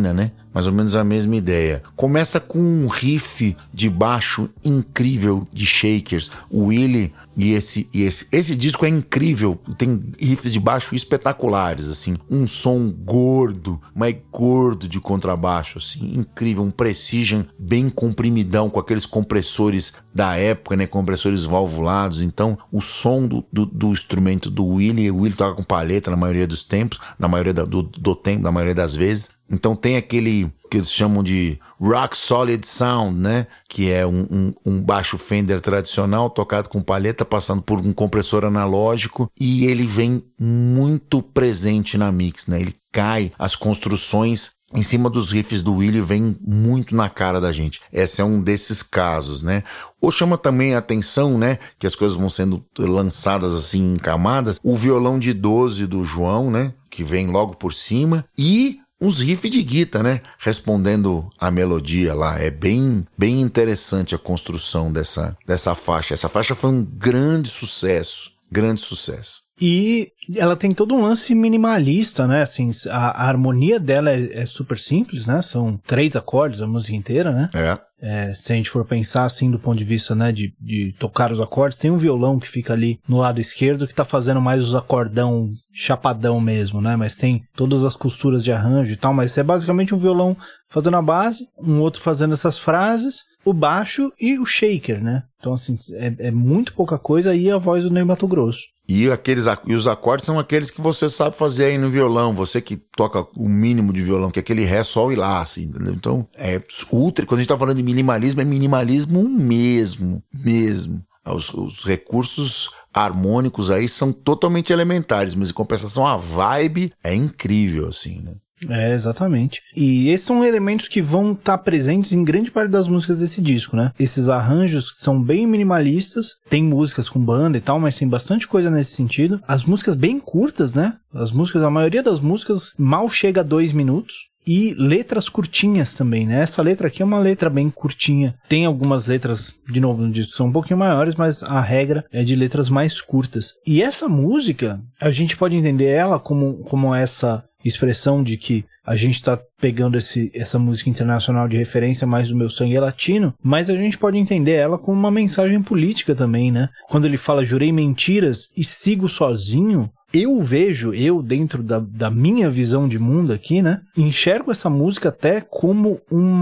mais ou menos a mesma ideia. Começa com um riff de baixo incrível de Shakers. O Willie e esse, e esse, esse disco é incrível, tem riffs de baixo espetaculares, assim, um som gordo, mas gordo de contrabaixo, assim, incrível, um Precision bem comprimidão, com aqueles compressores da época, né, compressores valvulados. Então o som do, do, do instrumento do Willie, o Willie toca com palheta na maioria dos tempos, na maioria da, do, do tempo, na maioria das vezes. Então tem aquele que eles chamam de rock solid sound, né? Que é um, um, um baixo Fender tradicional tocado com palheta, passando por um compressor analógico, e ele vem muito presente na mix, né? Ele cai, as construções em cima dos riffs do Willie vem muito na cara da gente. Esse é um desses casos, né? Ou chama também a atenção, né? Que as coisas vão sendo lançadas assim em camadas. O violão de doze do João, né? Que vem logo por cima. E uns riffs de guitarra, né? Respondendo a melodia lá. É bem, bem interessante a construção dessa, dessa faixa. Essa faixa foi um grande sucesso. Grande sucesso. E ela tem todo um lance minimalista, né? Assim, a, a harmonia dela é, é super simples, né? São três acordes a música inteira, né? É. É, se a gente for pensar assim do ponto de vista, né, de, de tocar os acordes, tem um violão que fica ali no lado esquerdo que tá fazendo mais os acordão chapadão mesmo, né, mas tem todas as costuras de arranjo e tal, mas é basicamente um violão fazendo a base, um outro fazendo essas frases, o baixo e o shaker, né, então assim, é, é muito pouca coisa, e a voz do Ney Matogrosso. E, aqueles, e os acordes são aqueles que você sabe fazer aí no violão, você que toca o mínimo de violão, que é aquele ré, sol e lá, assim, entendeu? Então, é ultra, quando a gente tá falando de minimalismo, é minimalismo mesmo, mesmo. Os, os recursos harmônicos aí são totalmente elementares, mas em compensação a vibe é incrível, assim, né? É, exatamente. E esses são elementos que vão estar tá presentes em grande parte das músicas desse disco, né? Esses arranjos que são bem minimalistas, tem músicas com banda e tal, mas tem bastante coisa nesse sentido. As músicas bem curtas, né? As músicas, a maioria das músicas mal chega a dois minutos. E letras curtinhas também, né? Essa letra aqui é uma letra bem curtinha. Tem algumas letras, de novo, no disco são um pouquinho maiores, mas a regra é de letras mais curtas. E essa música, a gente pode entender ela como, como essa expressão de que a gente está pegando esse, essa música internacional de referência, mais o Meu Sangue é Latino, mas a gente pode entender ela como uma mensagem política também, né? Quando ele fala jurei mentiras e sigo sozinho, eu vejo, eu dentro da, da minha visão de mundo aqui, né, enxergo essa música até como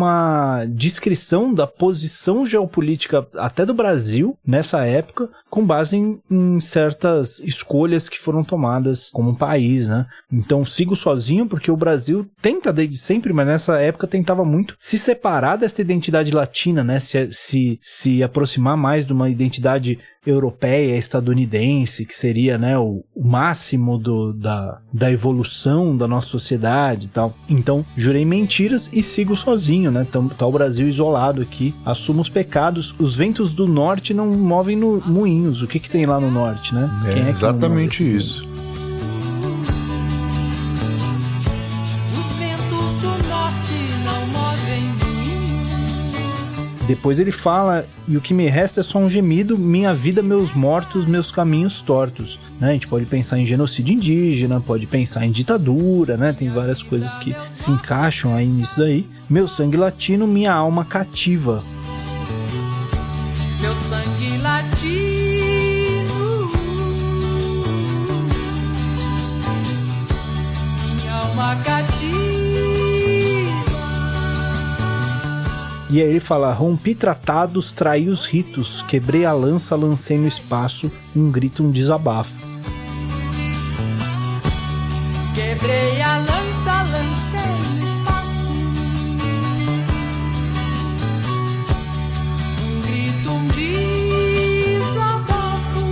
uma descrição da posição geopolítica até do Brasil nessa época, com base em, em certas escolhas que foram tomadas como um país, né. Então sigo sozinho porque o Brasil tenta desde sempre, mas nessa época tentava muito se separar dessa identidade latina, né, se, se, se aproximar mais de uma identidade europeia, estadunidense, que seria, né, o, o máximo do, da, da evolução da nossa sociedade e tal. Então, jurei mentiras e sigo sozinho, né? Então, tá o Brasil isolado aqui, assumo os pecados, os ventos do norte não movem no moinhos. O que que tem lá no norte, né? É, Quem é exatamente que isso. Depois ele fala, e o que me resta é só um gemido, minha vida, meus mortos, meus caminhos tortos. Né? A gente pode pensar em genocídio indígena, pode pensar em ditadura, né? Tem várias coisas que se encaixam aí nisso daí. Meu sangue latino, minha alma cativa. Meu sangue latino, minha alma cativa. E aí ele fala, rompi tratados, traí os ritos, quebrei a lança, lancei no espaço, um grito, um desabafo. Quebrei a lança, lancei no espaço, um grito, um desabafo.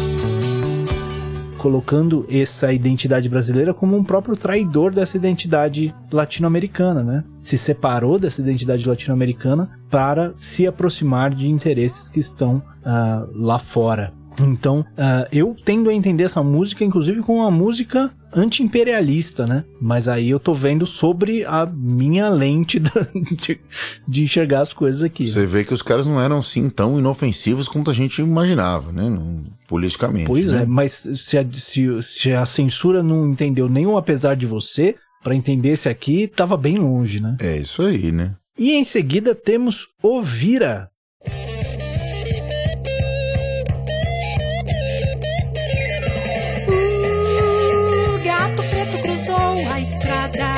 Colocando essa identidade brasileira como um próprio traidor dessa identidade latino-americana, né? Se separou dessa identidade latino-americana para se aproximar de interesses que estão uh, lá fora. Então, uh, eu tendo a entender essa música, inclusive, como uma música anti-imperialista, né? Mas aí eu tô vendo sobre a minha lente da, de, de enxergar as coisas aqui. Você vê que os caras não eram, assim, tão inofensivos quanto a gente imaginava, né? Não, politicamente. Pois né? é, mas se a, se, se a censura não entendeu nem o apesar de você, pra entender esse aqui, tava bem longe, né? É isso aí, né? E em seguida temos O Vira. O gato preto cruzou a estrada,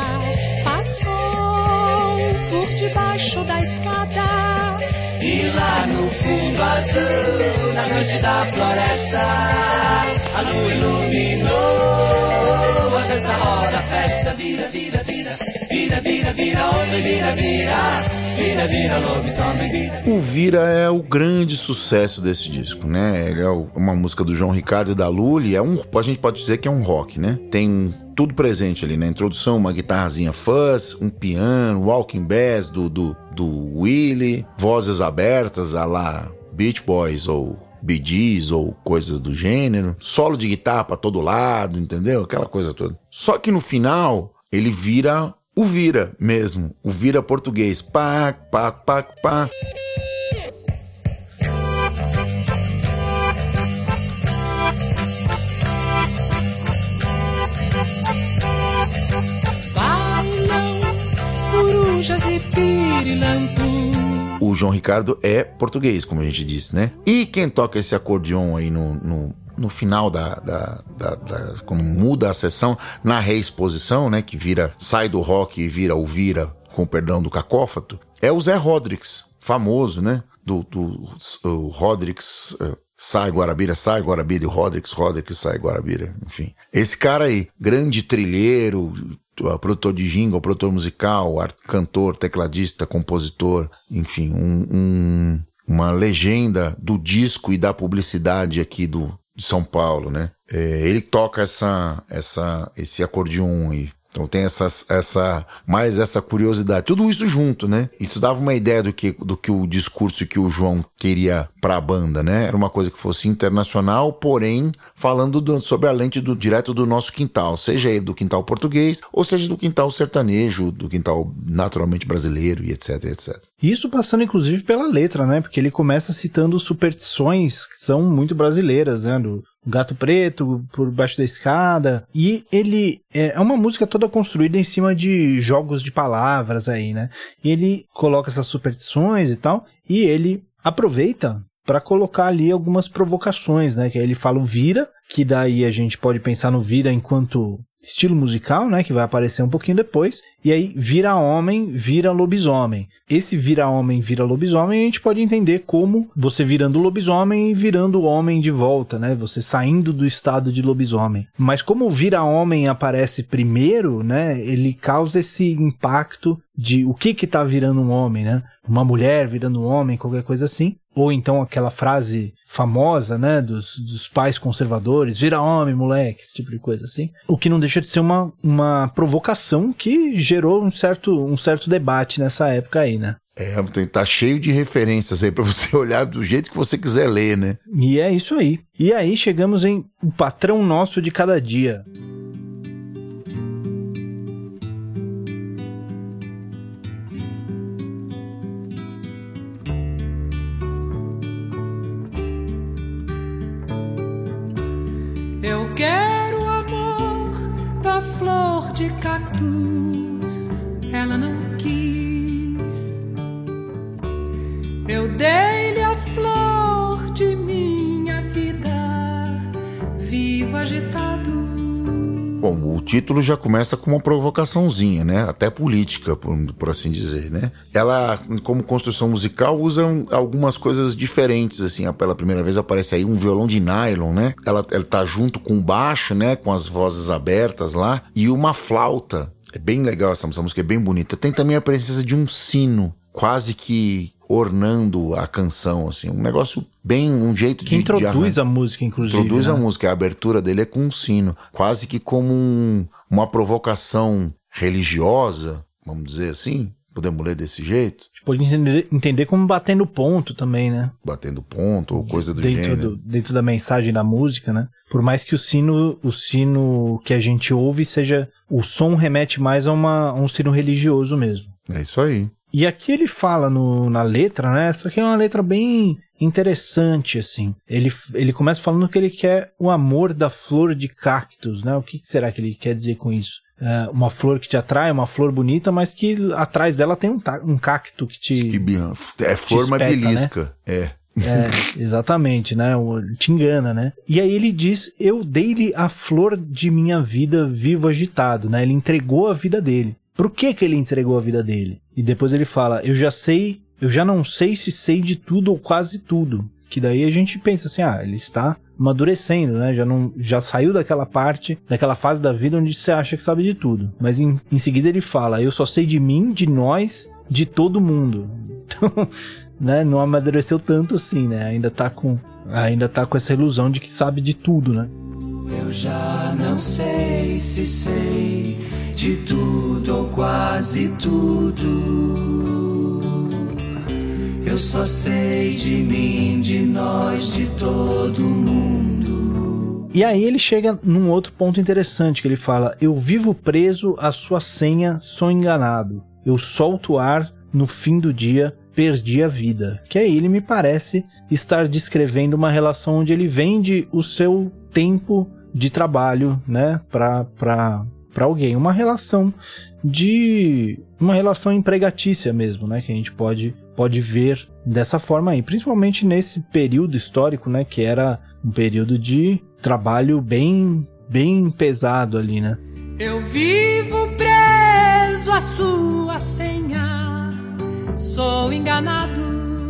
passou por debaixo da escada. E lá no fundo azul, na noite da floresta, a lua iluminou a dança, roda, a festa, vira, vira, vira, vira, vira, vira, homem, vira, vira, vira, vira, lobisomem, vira. O Vira é o grande sucesso desse disco, né? Ele é uma música do João Ricardo e da Lully, é um, a gente pode dizer que é um rock, né? Tem tudo presente ali na introdução, uma guitarrazinha fuzz, um piano, walking bass do, do, do Willie, vozes abertas a lá Beach Boys ou Bee Gees ou coisas do gênero, solo de guitarra pra todo lado, entendeu? Aquela coisa toda. Só que no final, ele vira o Vira mesmo, o Vira português. Pá, pá, pá, pá. Bailam corujas e pirilampo. O João Ricardo é português, como a gente disse, né? E quem toca esse acordeon aí no, no, no final da, da, da, da... quando muda a sessão, na reexposição, né? Que vira, sai do rock e vira o Vira, com o perdão do cacófato, é o Zé Rodrigues, famoso, né? Do, do o Rodrigues... Uh, sai Guarabira, sai Guarabira, e o Rodrigues, Rodrigues, sai Guarabira, enfim. Esse cara aí, grande trilheiro, produtor de jingle, produtor musical, cantor, tecladista, compositor, enfim, um, um, uma legenda do disco e da publicidade aqui do, de São Paulo, né? É, ele toca essa, essa, esse acordeon aí. Então tem essa, essa, mais essa curiosidade. Tudo isso junto, né? Isso dava uma ideia do que, do que o discurso que o João queria pra banda, né? Era uma coisa que fosse internacional, porém falando do, sobre a lente do, direto do nosso quintal. Seja do quintal português, ou seja do quintal sertanejo, do quintal naturalmente brasileiro e etc, etcétera. Isso passando inclusive pela letra, né? Porque ele começa citando superstições que são muito brasileiras, né? Do Gato Preto, por baixo da escada. E ele é uma música toda construída em cima de jogos de palavras aí, né? E ele coloca essas superstições e tal, e ele aproveita para colocar ali algumas provocações, né? Que aí ele fala o Vira, que daí a gente pode pensar no Vira enquanto estilo musical, né? Que vai aparecer um pouquinho depois. E aí vira homem, vira lobisomem. Esse vira homem, vira lobisomem, a gente pode entender como você virando lobisomem e virando homem de volta, né? Você saindo do estado de lobisomem. Mas como o vira homem aparece primeiro, né? Ele causa esse impacto de o que que tá virando um homem, né? Uma mulher virando um homem, qualquer coisa assim. Ou então aquela frase famosa, né, dos, dos pais conservadores, vira homem, moleque, esse tipo de coisa assim. O que não deixa de ser uma, uma provocação que gerou um certo, um certo debate nessa época aí, né? É, tá cheio de referências aí pra você olhar do jeito que você quiser ler, né? E é isso aí. E aí chegamos em O Patrão Nosso de Cada Dia. Eu quero o amor da flor de cactus, ela não quis. Eu dei-lhe a flor de minha vida, vivo agitado. Bom, o título já começa com uma provocaçãozinha, né? Até política, por, por assim dizer, né? Ela, como construção musical, usa algumas coisas diferentes, assim. Pela primeira vez aparece aí um violão de nylon, né? Ela, ela tá junto com o baixo, né? Com as vozes abertas lá. E uma flauta. É bem legal essa, essa música, é bem bonita. Tem também a presença de um sino, quase que ornando a canção, assim. Um negócio bem, um jeito que de... introduz de arran... a música, inclusive. Introduz né? a música. A abertura dele é com um sino. Quase que como um, uma provocação religiosa, vamos dizer assim. Podemos ler desse jeito? A gente pode entender, entender como batendo ponto também, né? Batendo ponto ou coisa do dentro gênero. Do, dentro da mensagem da música, né? Por mais que o sino, o sino que a gente ouve seja... O som remete mais a, uma, a um sino religioso mesmo. É isso aí. E aqui ele fala no, na letra, né? Essa aqui é uma letra bem interessante, assim. Ele, ele começa falando que ele quer o amor da flor de cactus, né? O que será que ele quer dizer com isso? É uma flor que te atrai, uma flor bonita, mas que atrás dela tem um, um cacto que te... Que, é flor, mas belisca. Né? É. É, exatamente, né? Te engana, né? E aí ele diz, eu dei-lhe a flor de minha vida vivo agitado, né? Ele entregou a vida dele. Por que que ele entregou a vida dele? E depois ele fala, eu já sei, eu já não sei se sei de tudo ou quase tudo. Que daí a gente pensa assim, ah, ele está amadurecendo, né? Já, não, já saiu daquela parte, daquela fase da vida onde você acha que sabe de tudo. Mas em, em seguida ele fala, eu só sei de mim, de nós, de todo mundo. Então, né? Não amadureceu tanto assim, né? Ainda tá com, ainda tá com essa ilusão de que sabe de tudo, né? Eu já não sei se sei de tudo ou quase tudo. Eu só sei de mim, de nós, de todo mundo. E aí ele chega num outro ponto interessante, que ele fala, eu vivo preso à sua senha, sou enganado. Eu solto o ar, no fim do dia, perdi a vida. Que aí ele me parece estar descrevendo uma relação onde ele vende o seu tempo de trabalho, né, para para para alguém, uma relação de uma relação empregatícia mesmo, né, que a gente pode pode ver dessa forma aí, principalmente nesse período histórico, né, que era um período de trabalho bem bem pesado ali, né? Eu vivo preso à sua senha, sou enganado.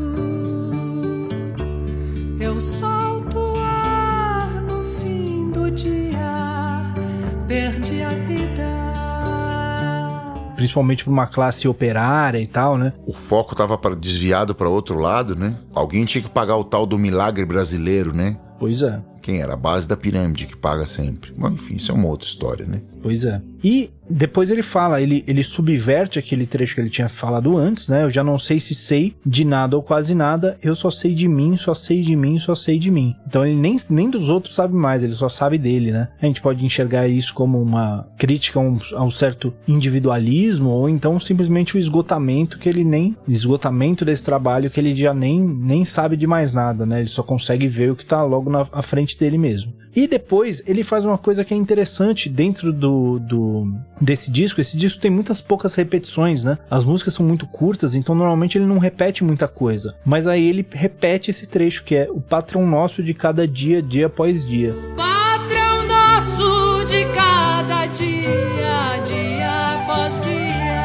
Eu solto o ar no fim do dia, perdi a vida. Principalmente para uma classe operária e tal, né? O foco tava pra, desviado para outro lado, né? Alguém tinha que pagar o tal do milagre brasileiro, né? Pois é. Quem era? A base da pirâmide que paga sempre. Bom, enfim, isso é uma outra história, né? Pois é. E depois ele fala, ele, ele subverte aquele trecho que ele tinha falado antes, né? Eu já não sei se sei de nada ou quase nada, eu só sei de mim, só sei de mim, só sei de mim. Então ele nem, nem dos outros sabe mais, ele só sabe dele, né? A gente pode enxergar isso como uma crítica a um, a um certo individualismo, ou então simplesmente o esgotamento que ele nem... O esgotamento desse trabalho que ele já nem, nem sabe de mais nada, né? Ele só consegue ver o que tá logo na à frente dele mesmo. E depois ele faz uma coisa que é interessante dentro do, do desse disco. Esse disco tem muitas poucas repetições, né? As músicas são muito curtas, então normalmente ele não repete muita coisa. Mas aí ele repete esse trecho que é o patrão nosso de cada dia, dia após dia. Patrão nosso de cada dia, dia após dia.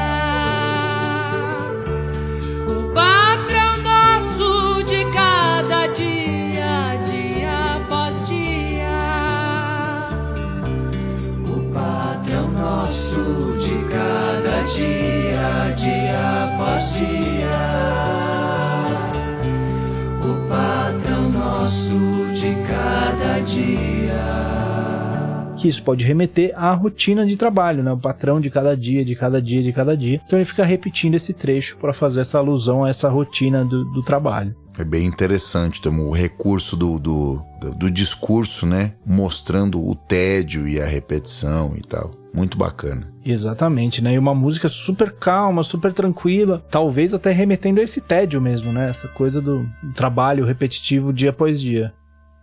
O patrão nosso de cada dia, dia após dia. O patrão nosso de cada dia, dia após dia. O patrão nosso de cada dia. Que isso pode remeter à rotina de trabalho, né? O patrão de cada dia, de cada dia, de cada dia. Então ele fica repetindo esse trecho para fazer essa alusão a essa rotina do, do trabalho. É bem interessante, tem o recurso do, do, do, do discurso, né? Mostrando o tédio e a repetição e tal. Muito bacana. Exatamente, né? E uma música super calma, super tranquila, talvez até remetendo a esse tédio mesmo, né? Essa coisa do trabalho repetitivo dia após dia.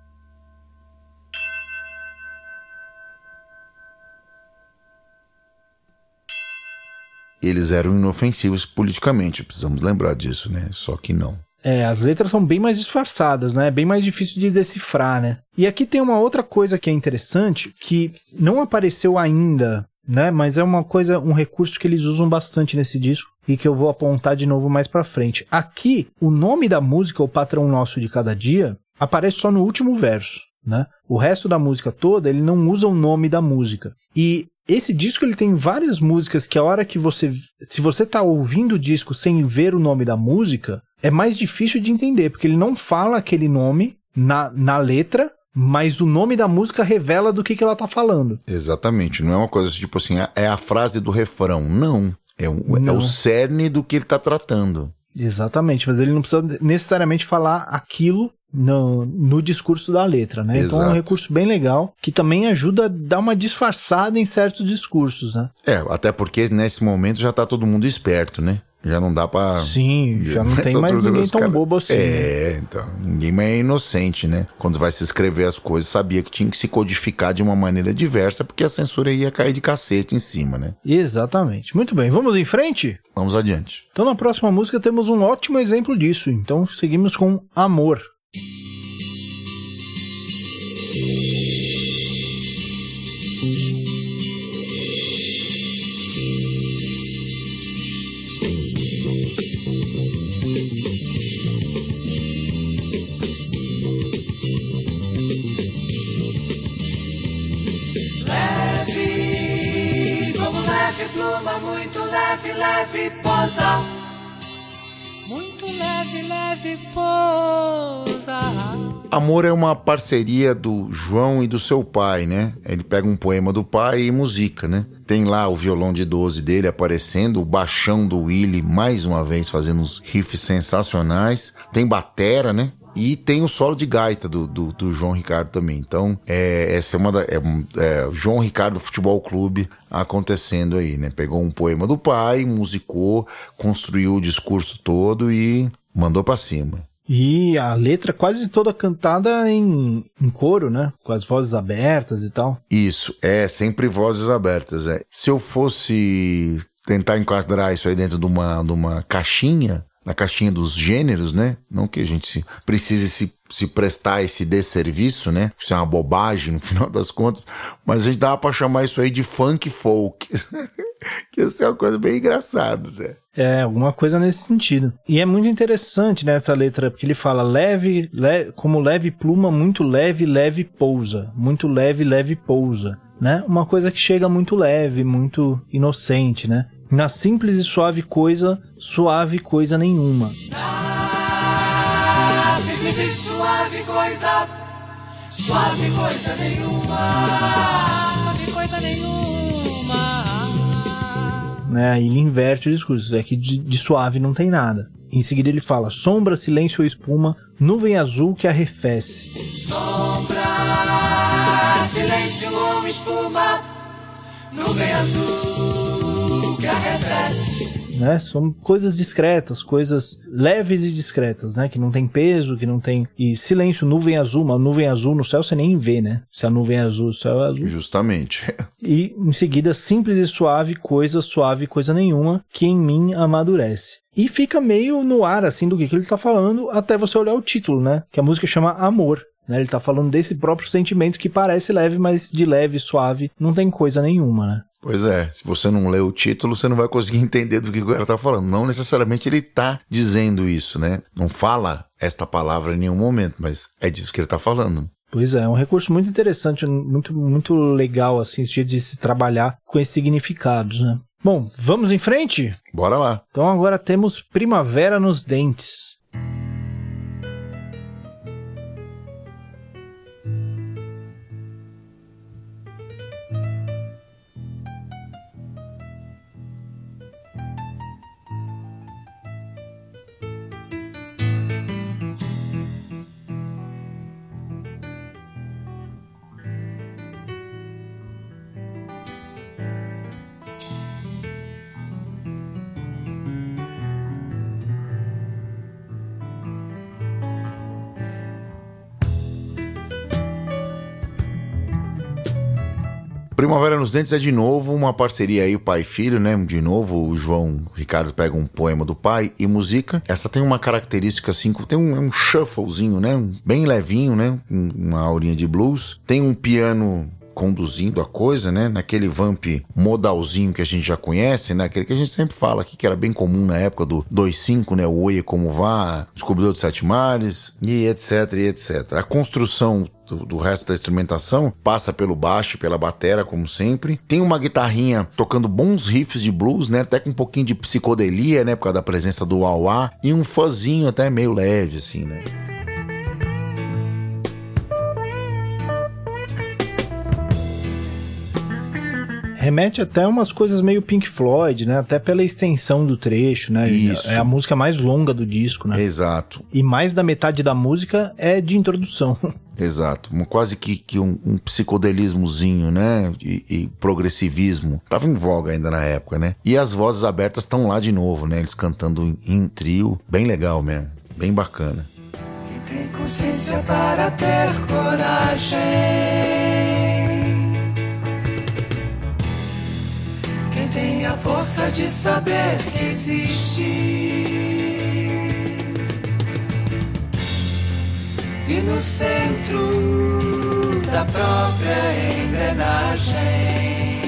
Eles eram inofensivos politicamente, precisamos lembrar disso, né? Só que não. É, as letras são bem mais disfarçadas, né? É bem mais difícil de decifrar, né? E aqui tem uma outra coisa que é interessante, que não apareceu ainda, né? Mas é uma coisa, um recurso que eles usam bastante nesse disco e que eu vou apontar de novo mais pra frente. Aqui, o nome da música, O Patrão Nosso de Cada Dia, aparece só no último verso, né? O resto da música toda, ele não usa o nome da música. E esse disco ele tem várias músicas que a hora que você... Se você tá ouvindo o disco sem ver o nome da música, é mais difícil de entender, porque ele não fala aquele nome na, na letra, mas o nome da música revela do que, que ela tá falando. Exatamente, não é uma coisa tipo assim, é a frase do refrão, não. É, um, não. É o cerne do que ele tá tratando. Exatamente, mas ele não precisa necessariamente falar aquilo no, no discurso da letra, né? Exato. Então é um recurso bem legal, que também ajuda a dar uma disfarçada em certos discursos, né? É, até porque nesse momento já tá todo mundo esperto, né? Já não dá pra... Sim, já não tem mais ninguém tão cara... bobo assim. É, né? Então, ninguém mais é inocente, né? Quando vai se escrever as coisas, sabia que tinha que se codificar de uma maneira diversa, porque a censura ia cair de cacete em cima, né? Exatamente. Muito bem, vamos em frente? Vamos adiante. Então na próxima música temos um ótimo exemplo disso, então seguimos com Amor. Leve pluma, muito leve, leve posa. Muito leve, leve posa. Amor é uma parceria do João e do seu pai, né? Ele pega um poema do pai e musica, né? Tem lá o violão de doze dele aparecendo, o baixão do Willy mais uma vez fazendo uns riffs sensacionais. Tem batera, né? E tem o solo de gaita do, do, do João Ricardo também. Então, é, essa é uma da... É, é, João Ricardo Futebol Clube acontecendo aí, né? Pegou um poema do pai, musicou, construiu o discurso todo e mandou pra cima. E a letra quase toda cantada em, em coro, né? Com as vozes abertas e tal. Isso, é, sempre vozes abertas, é. Se eu fosse tentar enquadrar isso aí dentro de uma, de uma caixinha... na caixinha dos gêneros, né? Não que a gente se, precise se, se prestar esse desserviço, né? Isso é uma bobagem no final das contas, mas a gente dava pra chamar isso aí de funk folk. Que isso é uma coisa bem engraçada, né? É, alguma coisa nesse sentido. E é muito interessante, né, essa letra, porque ele fala leve, leve como leve pluma, muito leve, leve pousa. Muito leve, leve pousa, né? Uma coisa que chega muito leve, muito inocente, né? Na simples e suave coisa, suave coisa nenhuma. Na simples e suave coisa, suave coisa nenhuma. Suave coisa nenhuma. Né, aí ele inverte o discurso, é que de, de suave não tem nada. Em seguida ele fala, sombra, silêncio ou espuma, nuvem azul que arrefece. Sombra, silêncio ou espuma, nuvem azul que arrefece. Né? São coisas discretas, coisas leves e discretas, né? Que não tem peso, que não tem... E silêncio, nuvem azul, uma nuvem azul no céu você nem vê, né? Se a nuvem é azul, o céu é azul. Justamente. E em seguida, simples e suave, coisa suave, coisa nenhuma, que em mim amadurece. E fica meio no ar, assim, do que, que ele tá falando, até você olhar o título, né? Que a música chama Amor. Né? Ele tá falando desse próprio sentimento que parece leve, mas de leve, suave, não tem coisa nenhuma, né? Pois é, se você não lê o título, você não vai conseguir entender do que o cara tá falando. Não necessariamente ele tá dizendo isso, né? Não fala esta palavra em nenhum momento, mas é disso que ele tá falando. Pois é, é um recurso muito interessante, muito, muito legal, assim, esse jeito de se trabalhar com esses significados, né? Bom, vamos em frente? Bora lá. Então agora temos Primavera nos Dentes. Primavera nos Dentes é de novo uma parceria aí, pai e filho, né? De novo, o João Ricardo pega um poema do pai e musica. Essa tem uma característica assim, tem um, um shufflezinho, né? Bem levinho, né? Uma aurinha de blues. Tem um piano conduzindo a coisa, né? Naquele vamp modalzinho que a gente já conhece, né? Aquele que a gente sempre fala aqui, que era bem comum na época do dois cinco, né? O Oie Como Vá, Descobridor dos Sete Mares, e etc, e etcétera. A construção Do, do resto da instrumentação passa pelo baixo e pela batera, como sempre. Tem uma guitarrinha tocando bons riffs de blues, né? Até com um pouquinho de psicodelia, né? Por causa da presença do wah-wah. E um fuzzinho até meio leve, assim, né? Remete até umas coisas meio Pink Floyd, né? Até pela extensão do trecho, né? Isso. É a música mais longa do disco, né? Exato. E mais da metade da música é de introdução. Exato, um, quase que, que um, um psicodelismozinho, né, e, e progressivismo, tava em voga ainda na época, né, e as vozes abertas estão lá de novo, né, eles cantando em, em trio, bem legal mesmo, bem bacana. Quem tem consciência para ter coragem, quem tem a força de saber que existe, e no centro da própria engrenagem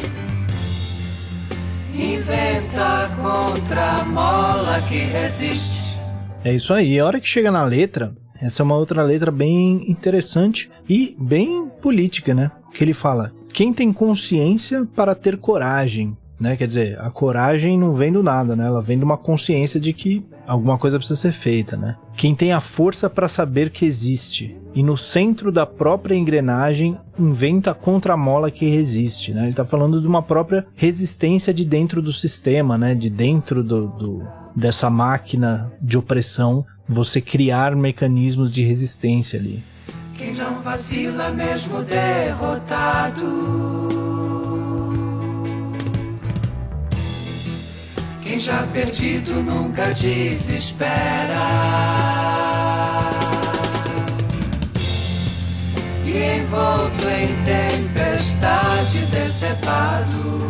inventa contra a mola que resiste. É isso aí, a hora que chega na letra, essa é uma outra letra bem interessante e bem política, né? Que ele fala, quem tem consciência para ter coragem, né? Quer dizer, a coragem não vem do nada, né? Ela vem de uma consciência de que alguma coisa precisa ser feita, né? Quem tem a força para saber que existe e no centro da própria engrenagem inventa a contramola que resiste, né? Ele tá falando de uma própria resistência de dentro do sistema, né? De dentro do, do, dessa máquina de opressão, você criar mecanismos de resistência ali. Quem não vacila mesmo derrotado, quem já perdido nunca desespera, e envolto em tempestade decepado,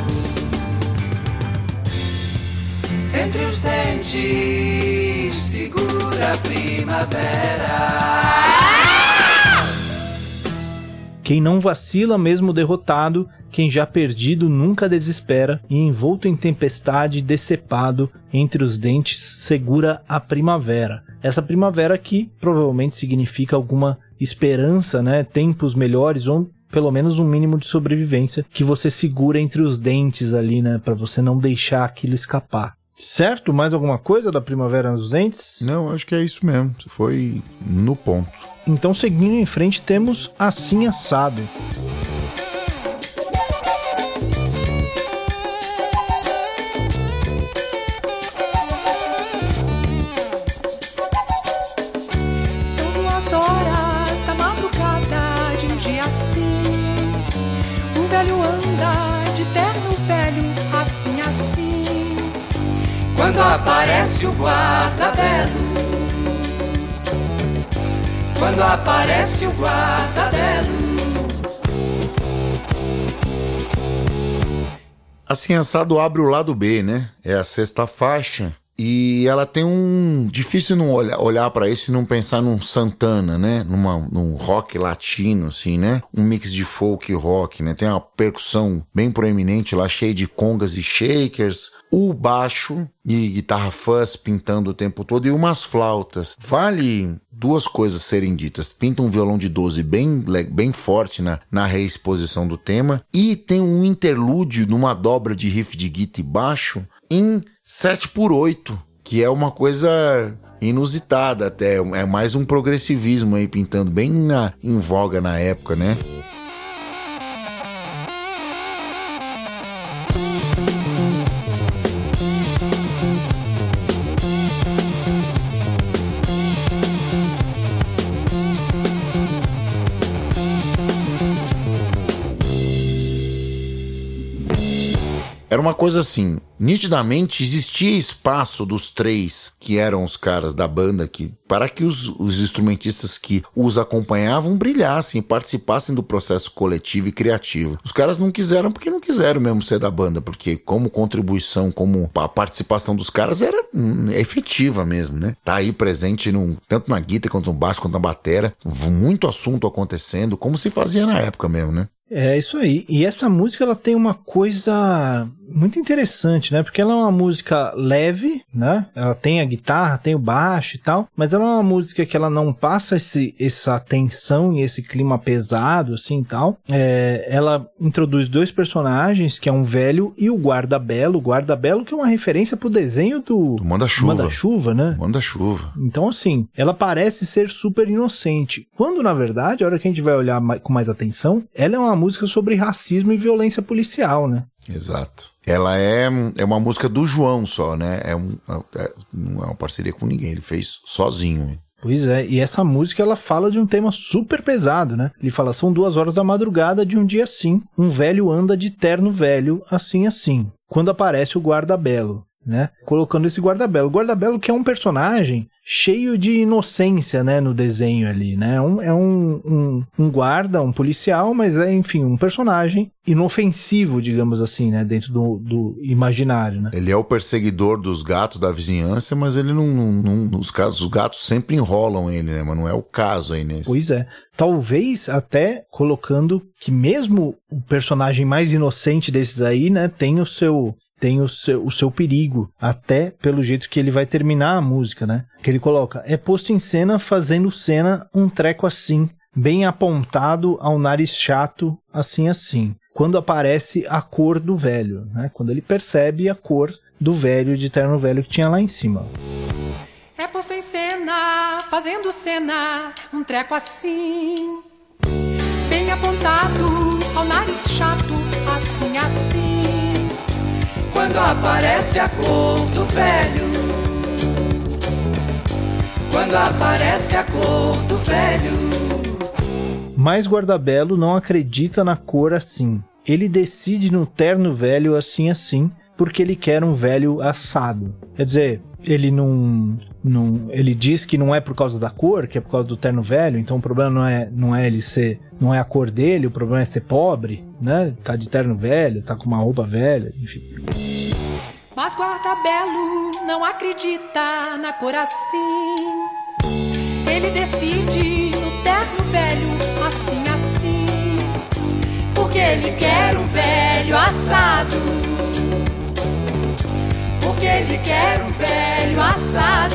entre os dentes segura a primavera. Quem não vacila mesmo derrotado, quem já perdido nunca desespera, e envolto em tempestade, decepado, entre os dentes, segura a primavera. Essa primavera que provavelmente significa alguma esperança, né? Tempos melhores, ou pelo menos um mínimo de sobrevivência, que você segura entre os dentes ali, né? Para você não deixar aquilo escapar. Certo? Mais alguma coisa da primavera nos dentes? Não, acho que é isso mesmo. Foi no ponto. Então, seguindo em frente, temos Assim Assado. São duas horas da madrugada de um dia assim. O velho anda de terno velho, assim, assim. Quando aparece o guarda-belo, quando aparece o guarda-belo. Assim Assado abre o lado B, né? É a sexta faixa. E ela tem um... Difícil não olhar, olhar pra isso e não pensar num Santana, né? Numa, num rock latino, assim, né? Um mix de folk e rock, né? Tem uma percussão bem proeminente lá, cheia de congas e shakers. O baixo e guitarra fuzz pintando o tempo todo e umas flautas. Vale duas coisas serem ditas. Pinta um violão de doze bem, bem forte na, na reexposição do tema. E tem um interlúdio numa dobra de riff de guitarra e baixo em sete por oito, que é uma coisa inusitada até. É mais um progressivismo aí pintando bem na, em voga na época, né? Era uma coisa assim, nitidamente existia espaço dos três, que eram os caras da banda, que, para que os, os instrumentistas que os acompanhavam brilhassem, participassem do processo coletivo e criativo. Os caras não quiseram porque não quiseram mesmo ser da banda, porque como contribuição, como a participação dos caras era hum, efetiva mesmo, né? Tá aí presente num, tanto na guitarra quanto no baixo, quanto na batera, muito assunto acontecendo, como se fazia na época mesmo, né? É isso aí. E essa música ela tem uma coisa muito interessante, né? Porque ela é uma música leve, né? Ela tem a guitarra, tem o baixo e tal, mas ela é uma música que ela não passa esse, essa tensão e esse clima pesado, assim e tal. É, ela introduz dois personagens, que é um velho e o guarda-belo. O guarda-belo que é uma referência pro desenho do... do Manda-Chuva. Manda-Chuva, né? Manda-Chuva. Então, assim, ela parece ser super inocente. Quando, na verdade, a hora que a gente vai olhar mais, com mais atenção, ela é uma música sobre racismo e violência policial, né? Exato. Ela é, é uma música do João só, né? É um, é, não é uma parceria com ninguém, ele fez sozinho. Pois é, e essa música ela fala de um tema super pesado, né? Ele fala, são duas horas da madrugada de um dia assim, um velho anda de terno velho, assim assim, quando aparece o guarda-belo, né? Colocando esse guarda-belo. O guarda-belo que é um personagem cheio de inocência, né, no desenho ali, né? Um, é um, um, um guarda, um policial, mas é, enfim, um personagem inofensivo, digamos assim, né, dentro do, do imaginário, né? Ele é o perseguidor dos gatos da vizinhança, mas ele não, não, não... Nos casos, os gatos sempre enrolam ele, né? Mas não é o caso aí nesse. Pois é. Talvez até colocando que mesmo o personagem mais inocente desses aí, né, tem o seu... tem o seu, o seu perigo, até pelo jeito que ele vai terminar a música, né? Que ele coloca, é posto em cena fazendo cena um treco assim, bem apontado ao nariz chato, assim assim. Quando aparece a cor do velho, né? Quando ele percebe a cor do velho, de terno velho que tinha lá em cima. É posto em cena, fazendo cena, um treco assim, bem apontado ao nariz chato, assim assim. Quando aparece a cor do velho, quando aparece a cor do velho. Mas Guardabelo não acredita na cor assim. Ele decide no terno velho assim assim, porque ele quer um velho assado. Quer dizer, ele não, não, ele diz que não é por causa da cor, que é por causa do terno velho, então o problema não é, não é ele ser, não é a cor dele, o problema é ser pobre, né? Tá de terno velho, tá com uma roupa velha, enfim. Mas Guardabelo não acredita na cor assim. Ele decide no terno velho assim assim, porque ele quer um velho assado. Porque ele quer um velho assado.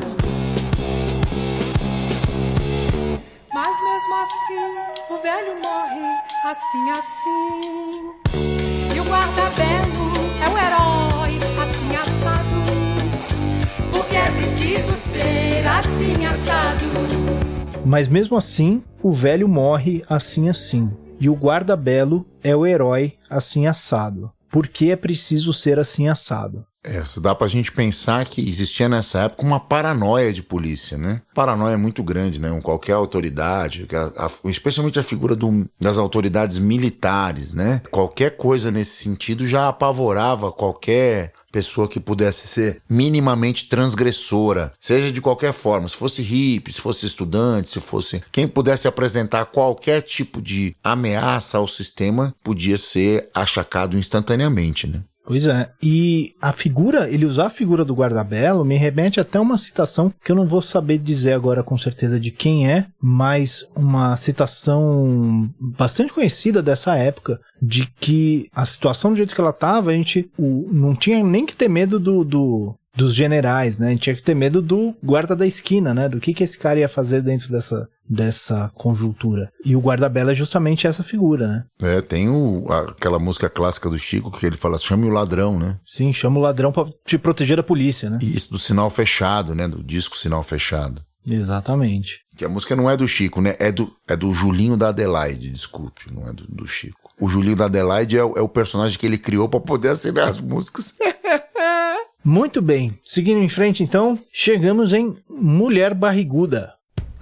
Mas mesmo assim o velho morre assim assim. E o Guardabelo é o herói assim assado, porque é preciso ser assim assado. Mas mesmo assim o velho morre assim assim. E o Guardabelo é o herói assim assado, porque é preciso ser assim assado. É, dá pra gente pensar que existia nessa época uma paranoia de polícia, né? Paranoia muito grande, né? Qualquer autoridade, a, a, especialmente a figura do, das autoridades militares, né? Qualquer coisa nesse sentido já apavorava qualquer pessoa que pudesse ser minimamente transgressora, seja de qualquer forma, se fosse hippie, se fosse estudante, se fosse... Quem pudesse apresentar qualquer tipo de ameaça ao sistema podia ser achacado instantaneamente, né? Pois é, e a figura, ele usar a figura do Guardabelo me remete até uma citação que eu não vou saber dizer agora com certeza de quem é, mas uma citação bastante conhecida dessa época, de que a situação do jeito que ela estava, a gente o, não tinha nem que ter medo do, do, dos generais, né? A gente tinha que ter medo do guarda da esquina, né? Do que, que esse cara ia fazer dentro dessa... dessa conjuntura. E o Guardabelo é justamente essa figura, né? É, tem o, aquela música clássica do Chico que ele fala, chame o ladrão, né? Sim, chama o ladrão pra te proteger da polícia, né? Isso, do Sinal Fechado, né? Do disco Sinal Fechado. Exatamente. Que a música não é do Chico, né? É do, é do Julinho da Adelaide, desculpe, não é do, do Chico. O Julinho da Adelaide é o, é o personagem que ele criou pra poder assinar as músicas. Muito bem. Seguindo em frente, então, chegamos em Mulher Barriguda.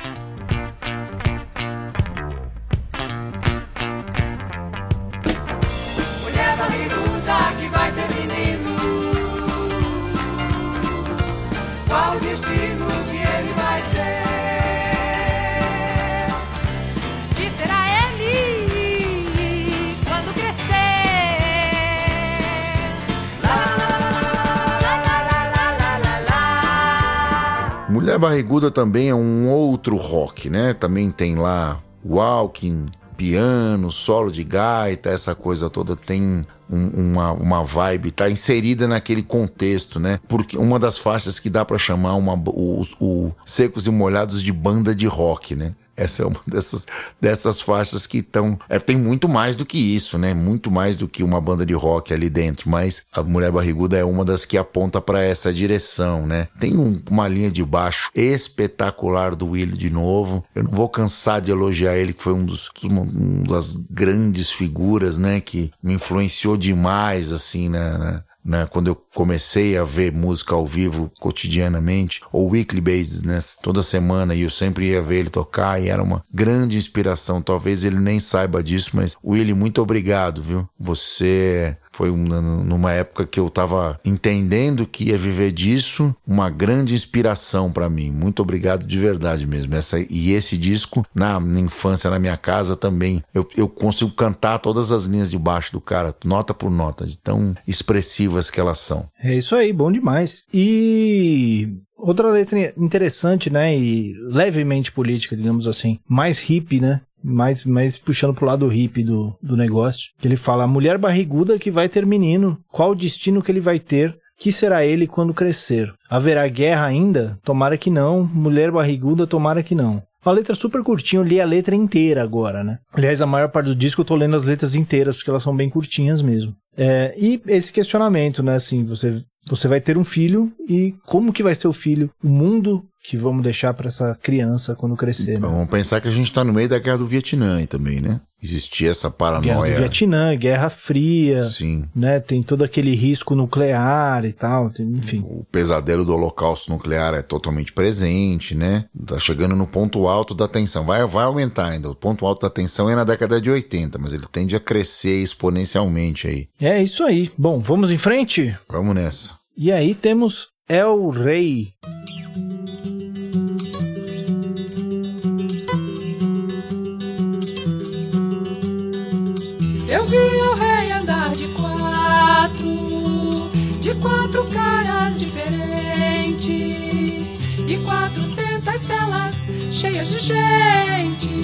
Qual o destino que ele vai ter? Que será ele quando crescer? Lá, lá, lá, lá, lá, lá, lá. Mulher Barriguda também é um outro rock, né? Também tem lá walking, piano, solo de gaita, essa coisa toda tem... Um, uma, uma vibe, tá inserida naquele contexto, né? Porque uma das faixas que dá pra chamar uma, o, o Secos e Molhados de banda de rock, né? Essa é uma dessas, dessas faixas que estão... É, tem muito mais do que isso, né? Muito mais do que uma banda de rock ali dentro, mas a Mulher Barriguda é uma das que aponta pra essa direção, né? Tem um, uma linha de baixo espetacular do Willie de novo. Eu não vou cansar de elogiar ele, que foi um dos, uma, um das grandes figuras, né? Que me influenciou demais, assim, na, na, né? Quando eu comecei a ver música ao vivo cotidianamente, ou weekly basis, né? Toda semana, e eu sempre ia ver ele tocar, e era uma grande inspiração. Talvez ele nem saiba disso, mas Willie, muito obrigado, viu? Você foi uma, numa época que eu tava entendendo que ia viver disso, uma grande inspiração pra mim. Muito obrigado de verdade mesmo. Essa, e esse disco, na, na infância, na minha casa também, eu, eu consigo cantar todas as linhas de baixo do cara, nota por nota, de tão expressivas que elas são. É isso aí, bom demais. E outra letra interessante, né, e levemente política, digamos assim, mais hippie, né? Mais, mais puxando pro lado hippie do, do negócio. Ele fala: a mulher barriguda que vai ter menino, qual o destino que ele vai ter? Que será ele quando crescer? Haverá guerra ainda? Tomara que não. Mulher barriguda, tomara que não. Uma letra super curtinha, eu li a letra inteira agora, né? Aliás, a maior parte do disco eu tô lendo as letras inteiras, porque elas são bem curtinhas mesmo. É, e esse questionamento, né, assim, você, você vai ter um filho, e como que vai ser o filho? O mundo que vamos deixar pra essa criança quando crescer, né? Vamos pensar que a gente tá no meio da Guerra do Vietnã também, né? Existia essa paranoia. Guerra do Vietnã, Guerra Fria. Sim. Né? Tem todo aquele risco nuclear e tal, enfim. O pesadelo do holocausto nuclear é totalmente presente, né? Tá chegando no ponto alto da tensão. Vai, vai aumentar ainda. O ponto alto da tensão é na década de oitenta, mas ele tende a crescer exponencialmente aí. É isso aí. Bom, vamos em frente? Vamos nessa. E aí temos El Rey. Eu vi o rei andar de quatro, de quatro caras diferentes, e quatrocentas celas cheias de gente.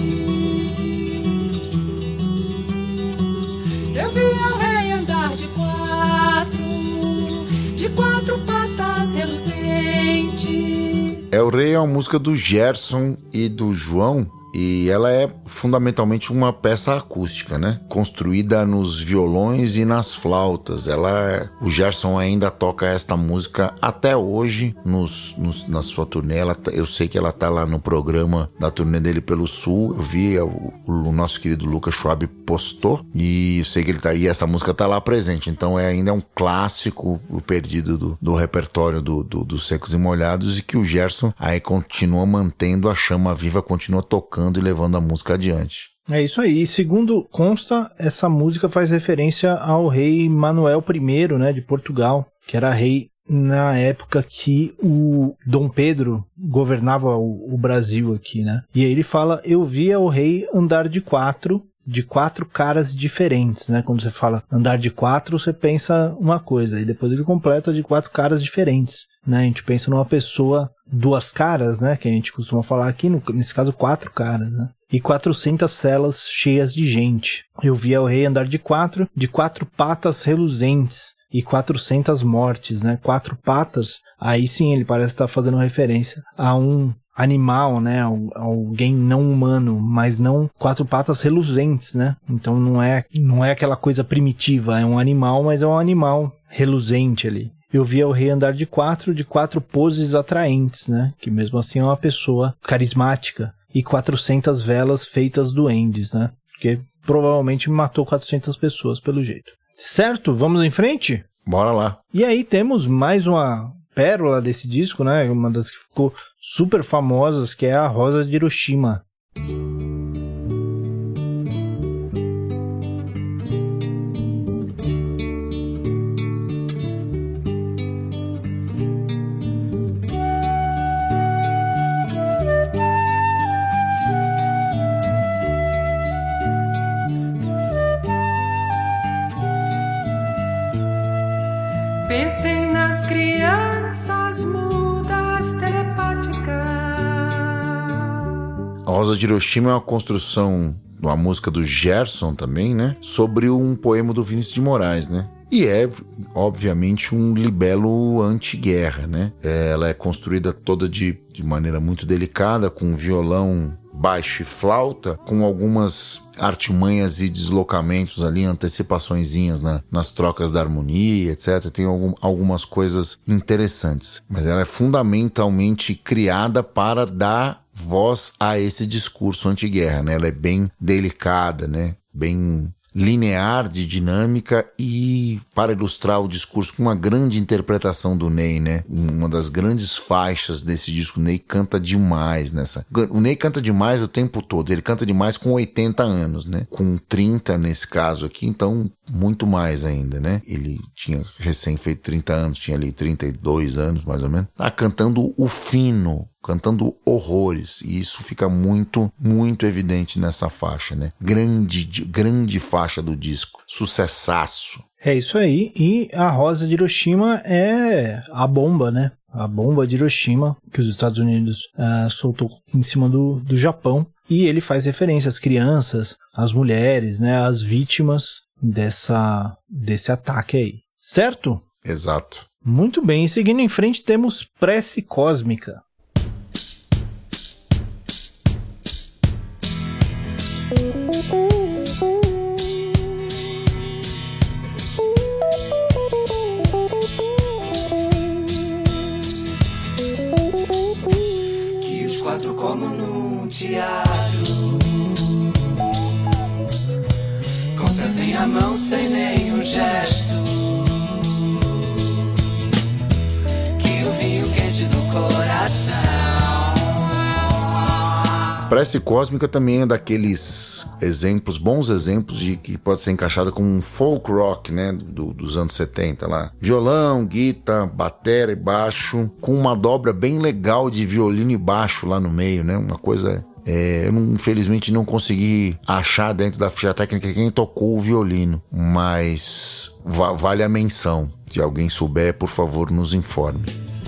Eu vi o rei andar de quatro, de quatro patas reluzentes. El Rey é uma música do Gerson e do João, e ela é fundamentalmente uma peça acústica, né? Construída nos violões e nas flautas. Ela é... O Gerson ainda toca esta música até hoje nos, nos, na sua turnê. Ela, eu sei que ela tá lá no programa da turnê dele pelo Sul. Eu vi, o, o nosso querido Lucas Schwab postou, e eu sei que ele tá aí, essa música tá lá presente. Então é, ainda é um clássico, o perdido do, do repertório do, do, dos Secos e Molhados, e que o Gerson aí continua mantendo a chama viva, continua tocando e levando a música adiante. É isso aí. E segundo consta, essa música faz referência ao rei Manuel I, né, de Portugal, que era rei na época que o Dom Pedro governava o, o Brasil aqui, né? E aí ele fala: eu via o rei andar de quatro, de quatro caras diferentes, né? Quando você fala andar de quatro, você pensa uma coisa, e depois ele completa de quatro caras diferentes, né? A gente pensa numa pessoa duas caras, né? Que a gente costuma falar aqui, no, nesse caso quatro caras, né? E quatrocentas celas cheias de gente. Eu via o rei andar de quatro, de quatro patas reluzentes, e quatrocentas mortes, né? Quatro patas, aí sim ele parece estar fazendo referência a um animal, né? Alguém não humano, mas não quatro patas reluzentes, né? Então não é, não é aquela coisa primitiva, é um animal, mas é um animal reluzente ali. Eu via o rei andar de quatro, de quatro poses atraentes, né? Que mesmo assim é uma pessoa carismática. E quatrocentas velas feitas duendes, né? Porque provavelmente matou quatrocentas pessoas pelo jeito. Certo? Vamos em frente? Bora lá. E aí temos mais uma pérola desse disco, né? Uma das que ficou super famosas, que é a Rosa de Hiroshima. Pensei nas crianças mudas telepáticas. A Rosa de Hiroshima é uma construção de uma música do Gerson também, né? Sobre um poema do Vinícius de Moraes, né? E é, obviamente, um libelo anti-guerra, né? É, ela é construída toda de, de maneira muito delicada, com violão, baixo e flauta, com algumas artimanhas e deslocamentos ali, antecipaçõezinhas na, nas trocas da harmonia, etcétera. Tem algum, algumas coisas interessantes. Mas ela é fundamentalmente criada para dar voz a esse discurso anti-guerra, né? Ela é bem delicada, né? Bem linear de dinâmica e para ilustrar o discurso com uma grande interpretação do Ney, né? Uma das grandes faixas desse disco. O Ney canta demais nessa. O Ney canta demais o tempo todo. Ele canta demais com oitenta anos, né? Com trinta nesse caso aqui, então muito mais ainda, né? Ele tinha recém feito trinta anos, tinha ali trinta e dois anos mais ou menos. Tá cantando o fino, cantando horrores, e isso fica muito, muito evidente nessa faixa, né? Grande, grande faixa do disco, sucessaço. É isso aí, e a Rosa de Hiroshima é a bomba, né? A bomba de Hiroshima que os Estados Unidos uh, soltou em cima do, do Japão, e ele faz referência às crianças, às mulheres, né? Às vítimas dessa, desse ataque aí, certo? Exato. Muito bem, e seguindo em frente temos Prece Cósmica. Que os quatro, como num teatro, conservem a mão sem nenhum gesto, que o vinho quente do coração. Prece Cósmica também é daqueles exemplos, bons exemplos de que pode ser encaixada com um folk rock, né, do, dos anos setenta lá. Violão, guitarra, bateria e baixo, com uma dobra bem legal de violino e baixo lá no meio, né, uma coisa... É, eu não, infelizmente não consegui achar dentro da ficha técnica quem tocou o violino, mas va- vale a menção. Se alguém souber, por favor, nos informe.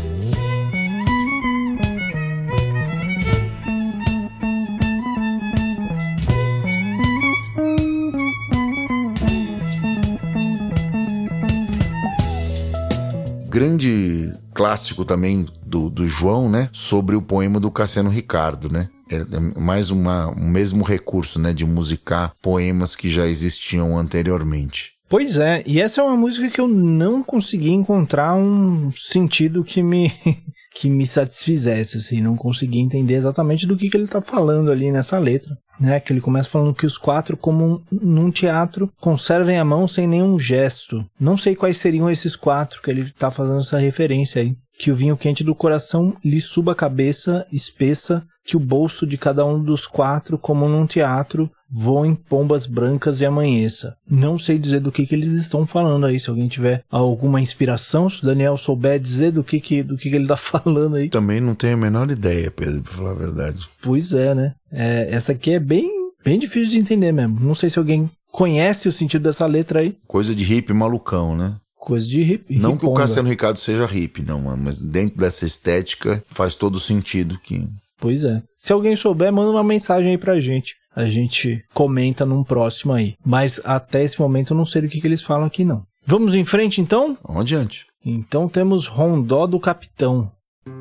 Grande clássico também do, do João, né? Sobre o poema do Cassiano Ricardo, né? É mais uma, o mesmo recurso, né? De musicar poemas que já existiam anteriormente. Pois é, e essa é uma música que eu não consegui encontrar um sentido que me, que me satisfizesse, assim, não consegui entender exatamente do que, que ele tá falando ali nessa letra, né, que ele começa falando que os quatro, como um, num teatro, conservem a mão sem nenhum gesto. Não sei quais seriam esses quatro que ele tá fazendo essa referência aí. Que o vinho quente do coração lhe suba a cabeça espessa, que o bolso de cada um dos quatro, como num teatro, voem pombas brancas e amanheça. Não sei dizer do que, que eles estão falando aí. Se alguém tiver alguma inspiração, se o Daniel souber dizer do que, que, do que, que ele tá falando aí. Também não tenho a menor ideia, Pedro, pra falar a verdade. Pois é, né? É, essa aqui é bem, bem difícil de entender mesmo. Não sei se alguém conhece o sentido dessa letra aí. Coisa de hippie malucão, né? Coisa de hippie. Não que o Cassiano Ricardo seja hippie, não, mano, mas dentro dessa estética faz todo sentido que... Pois é. Se alguém souber, manda uma mensagem aí pra gente. A gente comenta num próximo aí. Mas até esse momento eu não sei do que, que eles falam aqui, não. Vamos em frente, então? Vamos adiante. Então temos Rondó do Capitão.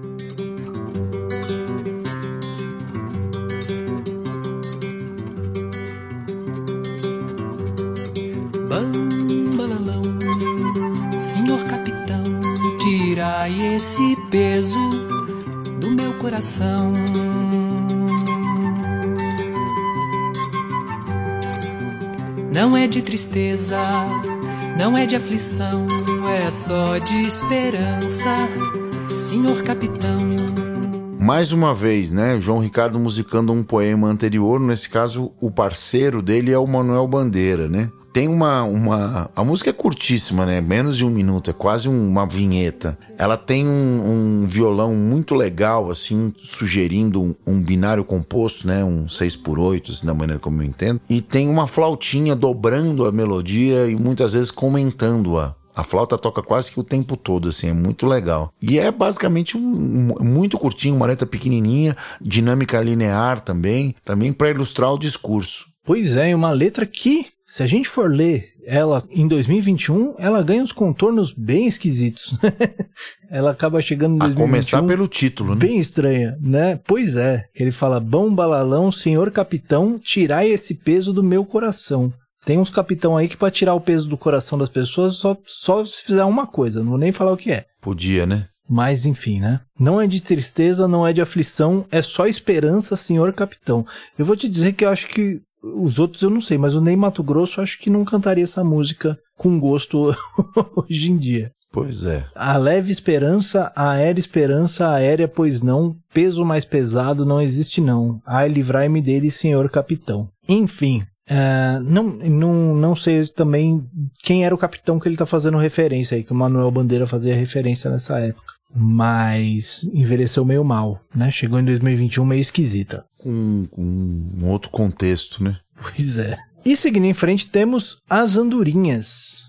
Bambalalão, senhor capitão, tirai esse peso do meu coração. Não é de tristeza, não é de aflição, é só de esperança, senhor capitão. Mais uma vez, né, João Ricardo musicando um poema anterior, nesse caso o parceiro dele é o Manuel Bandeira, né? Tem uma, uma... A música é curtíssima, né? Menos de um minuto, é quase uma vinheta. Ela tem um, um violão muito legal, assim, sugerindo um, um binário composto, né? Um seis por oito, assim, da maneira como eu entendo. E tem uma flautinha dobrando a melodia e muitas vezes comentando-a. A flauta toca quase que o tempo todo, assim, é muito legal. E é basicamente um, um, muito curtinho, uma letra pequenininha, dinâmica linear também, também para ilustrar o discurso. Pois é, uma letra que... Se a gente for ler ela em dois mil e vinte e um, ela ganha uns contornos bem esquisitos. Ela acaba chegando em dois mil e vinte e um... A começar pelo título, né? Bem estranha, né? Pois é. Ele fala, bom balalão, senhor capitão, tirai esse peso do meu coração. Tem uns capitão aí que pra tirar o peso do coração das pessoas só, só se fizer uma coisa, não vou nem falar o que é. Podia, né? Mas enfim, né? Não é de tristeza, não é de aflição, é só esperança, senhor capitão. Eu vou te dizer que eu acho que Os outros eu não sei, mas o Ney Matogrosso acho que não cantaria essa música com gosto hoje em dia. Pois é. A leve esperança, a aérea esperança, aérea pois não, peso mais pesado não existe não. Ai, livrai-me dele, senhor capitão. Enfim, uh, não, não, não sei também quem era o capitão que ele tá fazendo referência aí, que o Manuel Bandeira fazia referência nessa época. Mas envelheceu meio mal, né? Chegou em dois mil e vinte e um meio esquisita. Com um, um outro contexto, né? Pois é. E seguindo em frente temos As Andorinhas.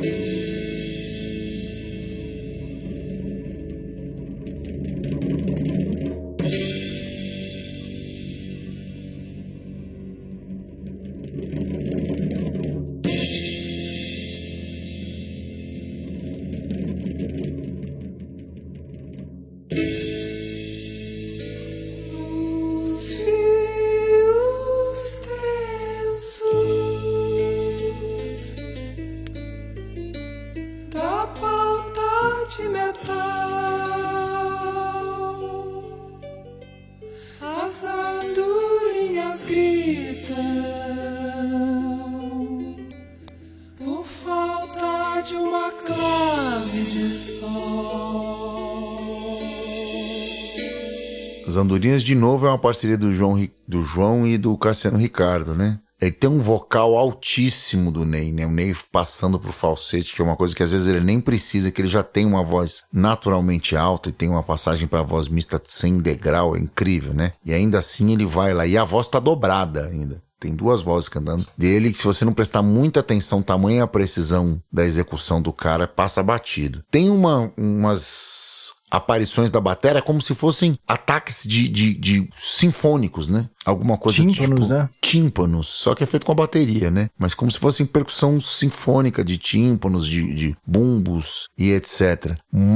As Andorinhas, de novo, é uma parceria do João, do João e do Cassiano Ricardo, né? Ele tem um vocal altíssimo do Ney, né? O Ney passando pro falsete, que é uma coisa que às vezes ele nem precisa, que ele já tem uma voz naturalmente alta e tem uma passagem pra voz mista sem degrau, é incrível, né? E ainda assim ele vai lá, e a voz tá dobrada ainda. Tem duas vozes cantando dele, que se você não prestar muita atenção, tamanha a precisão da execução do cara, passa batido. Tem uma, umas aparições da bateria como se fossem ataques de, de, de sinfônicos, né? Alguma coisa tímpanos, tipo... né? Tímpanos, só que é feito com a bateria, né? Mas como se fosse percussão sinfônica de tímpanos, de, de bumbos e etcétera.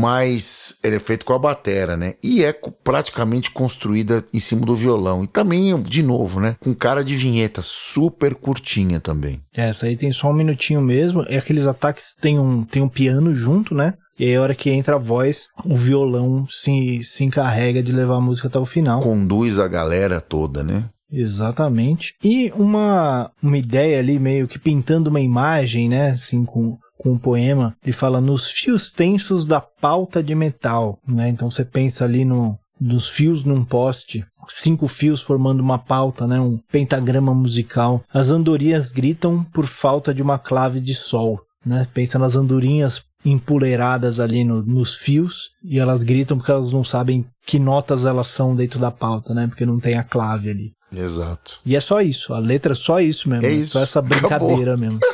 Mas ele é feito com a bateria, né? E é praticamente construída em cima do violão. E também, de novo, né? Com cara de vinheta super curtinha também. Essa aí tem só um minutinho mesmo. É aqueles ataques que tem um, tem um piano junto, né? E aí a hora que entra a voz, o violão se, se encarrega de levar a música até o final. Conduz a galera toda, né? Exatamente. E uma, uma ideia ali, meio que pintando uma imagem, né? Assim, com, com um poema. Ele fala, nos fios tensos da pauta de metal, né? Então você pensa ali no, nos fios num poste. Cinco fios formando uma pauta, né? Um pentagrama musical. As andorinhas gritam por falta de uma clave de sol, né? Pensa nas andorinhas empoleiradas ali no, nos fios, e elas gritam porque elas não sabem que notas elas são dentro da pauta, né? Porque não tem a clave ali. Exato. E é só isso, a letra é só isso mesmo, é, é isso. só essa brincadeira Acabou. mesmo.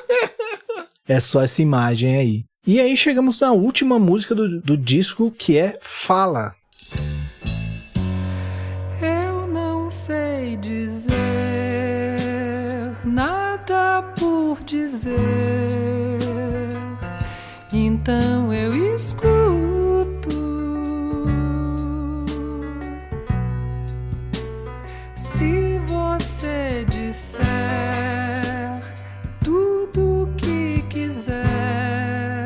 É só essa imagem aí. E aí chegamos na última música do, do disco, que é Fala. Eu não sei dizer nada por dizer, então eu escuto. Se você disser tudo o que quiser,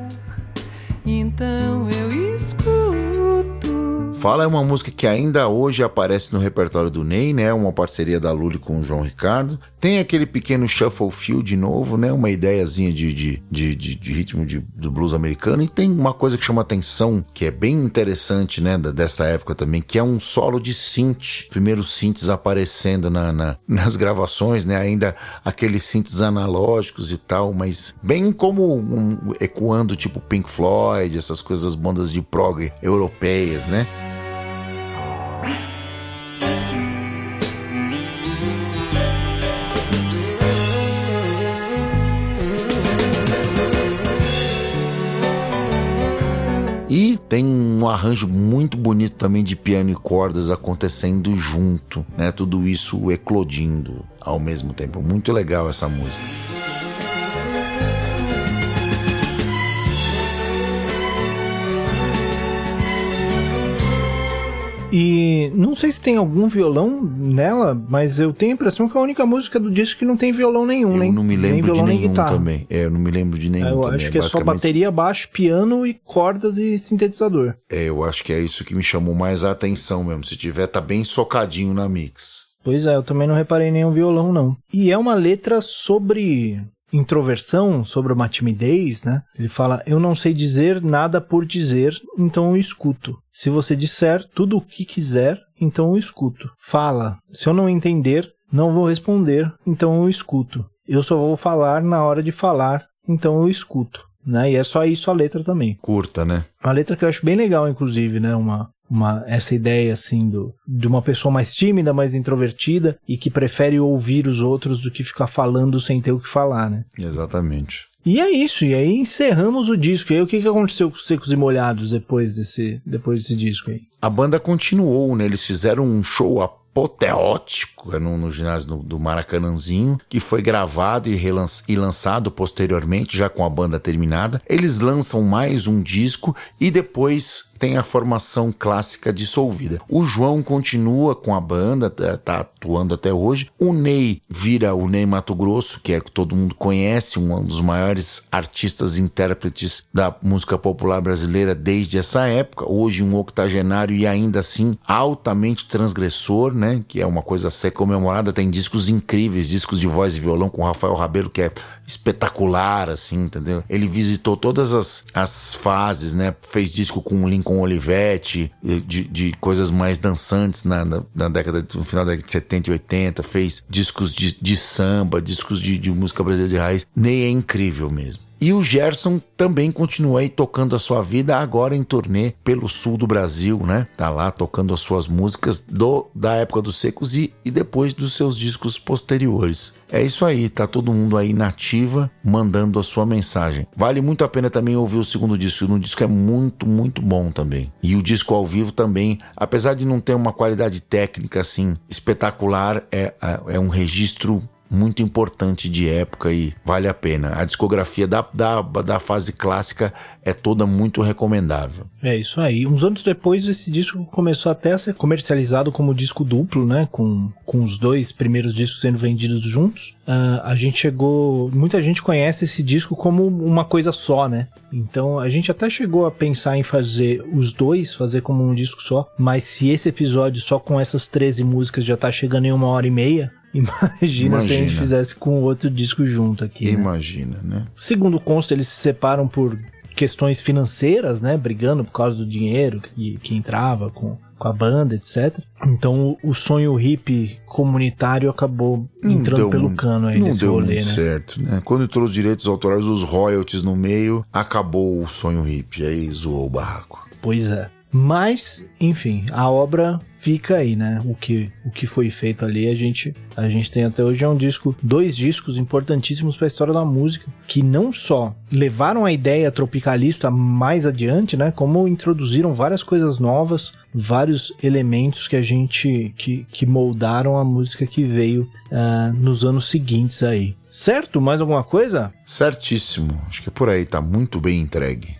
então eu escuto. Fala é uma música que ainda hoje aparece no repertório do Ney, né? Uma parceria da Lully com o João Ricardo. Tem aquele pequeno shuffle feel de novo, né? Uma ideiazinha de, de, de, de, de ritmo de, do blues americano. E tem uma coisa que chama atenção, que é bem interessante, né? Dessa época também, que é um solo de synth. Primeiros synths aparecendo na, na, nas gravações, né? Ainda aqueles synths analógicos e tal, mas bem como um, ecoando tipo Pink Floyd, essas coisas, bandas de prog europeias, né? E tem um arranjo muito bonito também de piano e cordas acontecendo junto, né? Tudo isso eclodindo ao mesmo tempo. Muito legal essa música. E não sei se tem algum violão nela, mas eu tenho a impressão que é a única música do disco que não tem violão nenhum, eu nem, não me lembro nem violão, de nenhum nem guitarra. também. É, eu não me lembro de nenhum eu também. acho que é, é só bateria, baixo, piano e cordas e sintetizador. É, eu acho que é isso que me chamou mais a atenção mesmo. Se tiver, tá bem socadinho na mix. Pois é, eu também não reparei nenhum violão, não. E é uma letra sobre introversão, sobre uma timidez, né? Ele fala, eu não sei dizer nada por dizer, então eu escuto. Se você disser tudo o que quiser, então eu escuto. Fala, se eu não entender, não vou responder, então eu escuto. Eu só vou falar na hora de falar, então eu escuto. Né? E é só isso a letra também. Curta, né? Uma letra que eu acho bem legal, inclusive, né? Uma... Uma, essa ideia, assim, do, de uma pessoa mais tímida, mais introvertida e que prefere ouvir os outros do que ficar falando sem ter o que falar, né? Exatamente. E é isso, e aí encerramos o disco. E aí o que, que aconteceu com os Secos e Molhados depois desse, depois desse disco aí? A banda continuou, né? Eles fizeram um show apoteótico no, no ginásio do, do Maracanãzinho, que foi gravado e, relanç, e lançado posteriormente, já com a banda terminada. Eles lançam mais um disco e depois tem a formação clássica dissolvida. O João continua com a banda, tá, tá atuando até hoje. O Ney vira o Ney Matogrosso, que é que todo mundo conhece, um dos maiores artistas e intérpretes da música popular brasileira desde essa época. Hoje um octogenário e ainda assim altamente transgressor, né? Que é uma coisa a ser comemorada. Tem discos incríveis, discos de voz e violão com o Rafael Rabelo, que é espetacular, assim, entendeu? Ele visitou todas as, as fases, né? Fez disco com o Lincoln Olivetti, de, de coisas mais dançantes na, na, na década, no final da década de setenta e oitenta, fez discos de, de samba, discos de, de música brasileira de raiz. Ney é incrível mesmo. E o Gerson também continua aí tocando a sua vida, agora em turnê pelo sul do Brasil, né? Tá lá tocando as suas músicas do, da época dos Secos e, e depois dos seus discos posteriores. É isso aí, tá todo mundo aí na ativa, mandando a sua mensagem. Vale muito a pena também ouvir o segundo disco, o disco é muito, muito bom também. E o disco ao vivo também, apesar de não ter uma qualidade técnica assim espetacular, é, é um registro muito importante de época e vale a pena. A discografia da, da, da fase clássica é toda muito recomendável. É isso aí. Uns anos depois, esse disco começou até a ser comercializado como disco duplo, né? Com, com os dois primeiros discos sendo vendidos juntos. Uh, a gente chegou... Muita gente conhece esse disco como uma coisa só, né? Então, a gente até chegou a pensar em fazer os dois, fazer como um disco só. Mas se esse episódio só com essas treze músicas já tá chegando em uma hora e meia, Imagina, Imagina se a gente fizesse com outro disco junto aqui. Imagina, né? né? Segundo consta, eles se separam por questões financeiras, né? Brigando por causa do dinheiro que, que entrava com, com a banda, etcétera. Então o sonho hippie comunitário acabou entrando deu, pelo cano aí nesse rolê, né? Não deu muito certo, né? Quando entrou os direitos autorais, os royalties no meio, acabou o sonho hippie, aí zoou o barraco. Pois é. Mas, enfim, a obra fica aí, né? O que, o que foi feito ali, a gente, a gente tem até hoje é um disco, dois discos importantíssimos para a história da música, que não só levaram a ideia tropicalista mais adiante, né? Como introduziram várias coisas novas, vários elementos que a gente, que, que moldaram a música que veio uh, nos anos seguintes aí. Certo? Mais alguma coisa? Certíssimo. Acho que por aí tá muito bem entregue.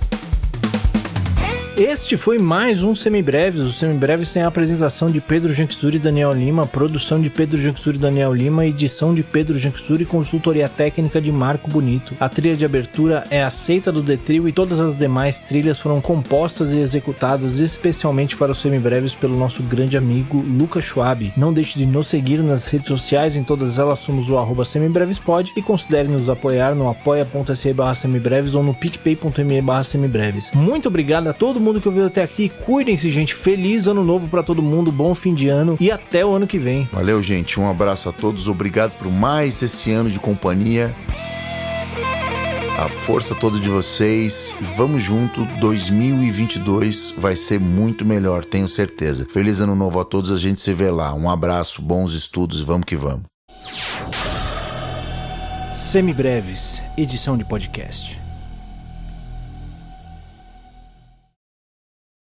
Este foi mais um Semibreves. Os Semibreves tem a apresentação de Pedro Janquizuri e Daniel Lima, produção de Pedro Janquizuri e Daniel Lima, edição de Pedro Janquizuri e consultoria técnica de Marco Bonito. A trilha de abertura é aceita do Detrio e todas as demais trilhas foram compostas e executadas especialmente para os Semibreves pelo nosso grande amigo Lucas Schwab. Não deixe de nos seguir nas redes sociais, em todas elas somos o arroba semibrevespod e considere nos apoiar no apoia.se barra semibreves ou no picpay.me barra semibreves. Muito obrigado a todo mundo que ouviu até aqui. Cuidem-se, gente. Feliz ano novo pra todo mundo, bom fim de ano e até o ano que vem. Valeu, gente. Um abraço a todos. Obrigado por mais esse ano de companhia. A força toda de vocês. Vamos junto. dois mil e vinte e dois vai ser muito melhor, tenho certeza. Feliz ano novo a todos. A gente se vê lá. Um abraço, bons estudos. Vamos que vamos. Semibreves, edição de podcast.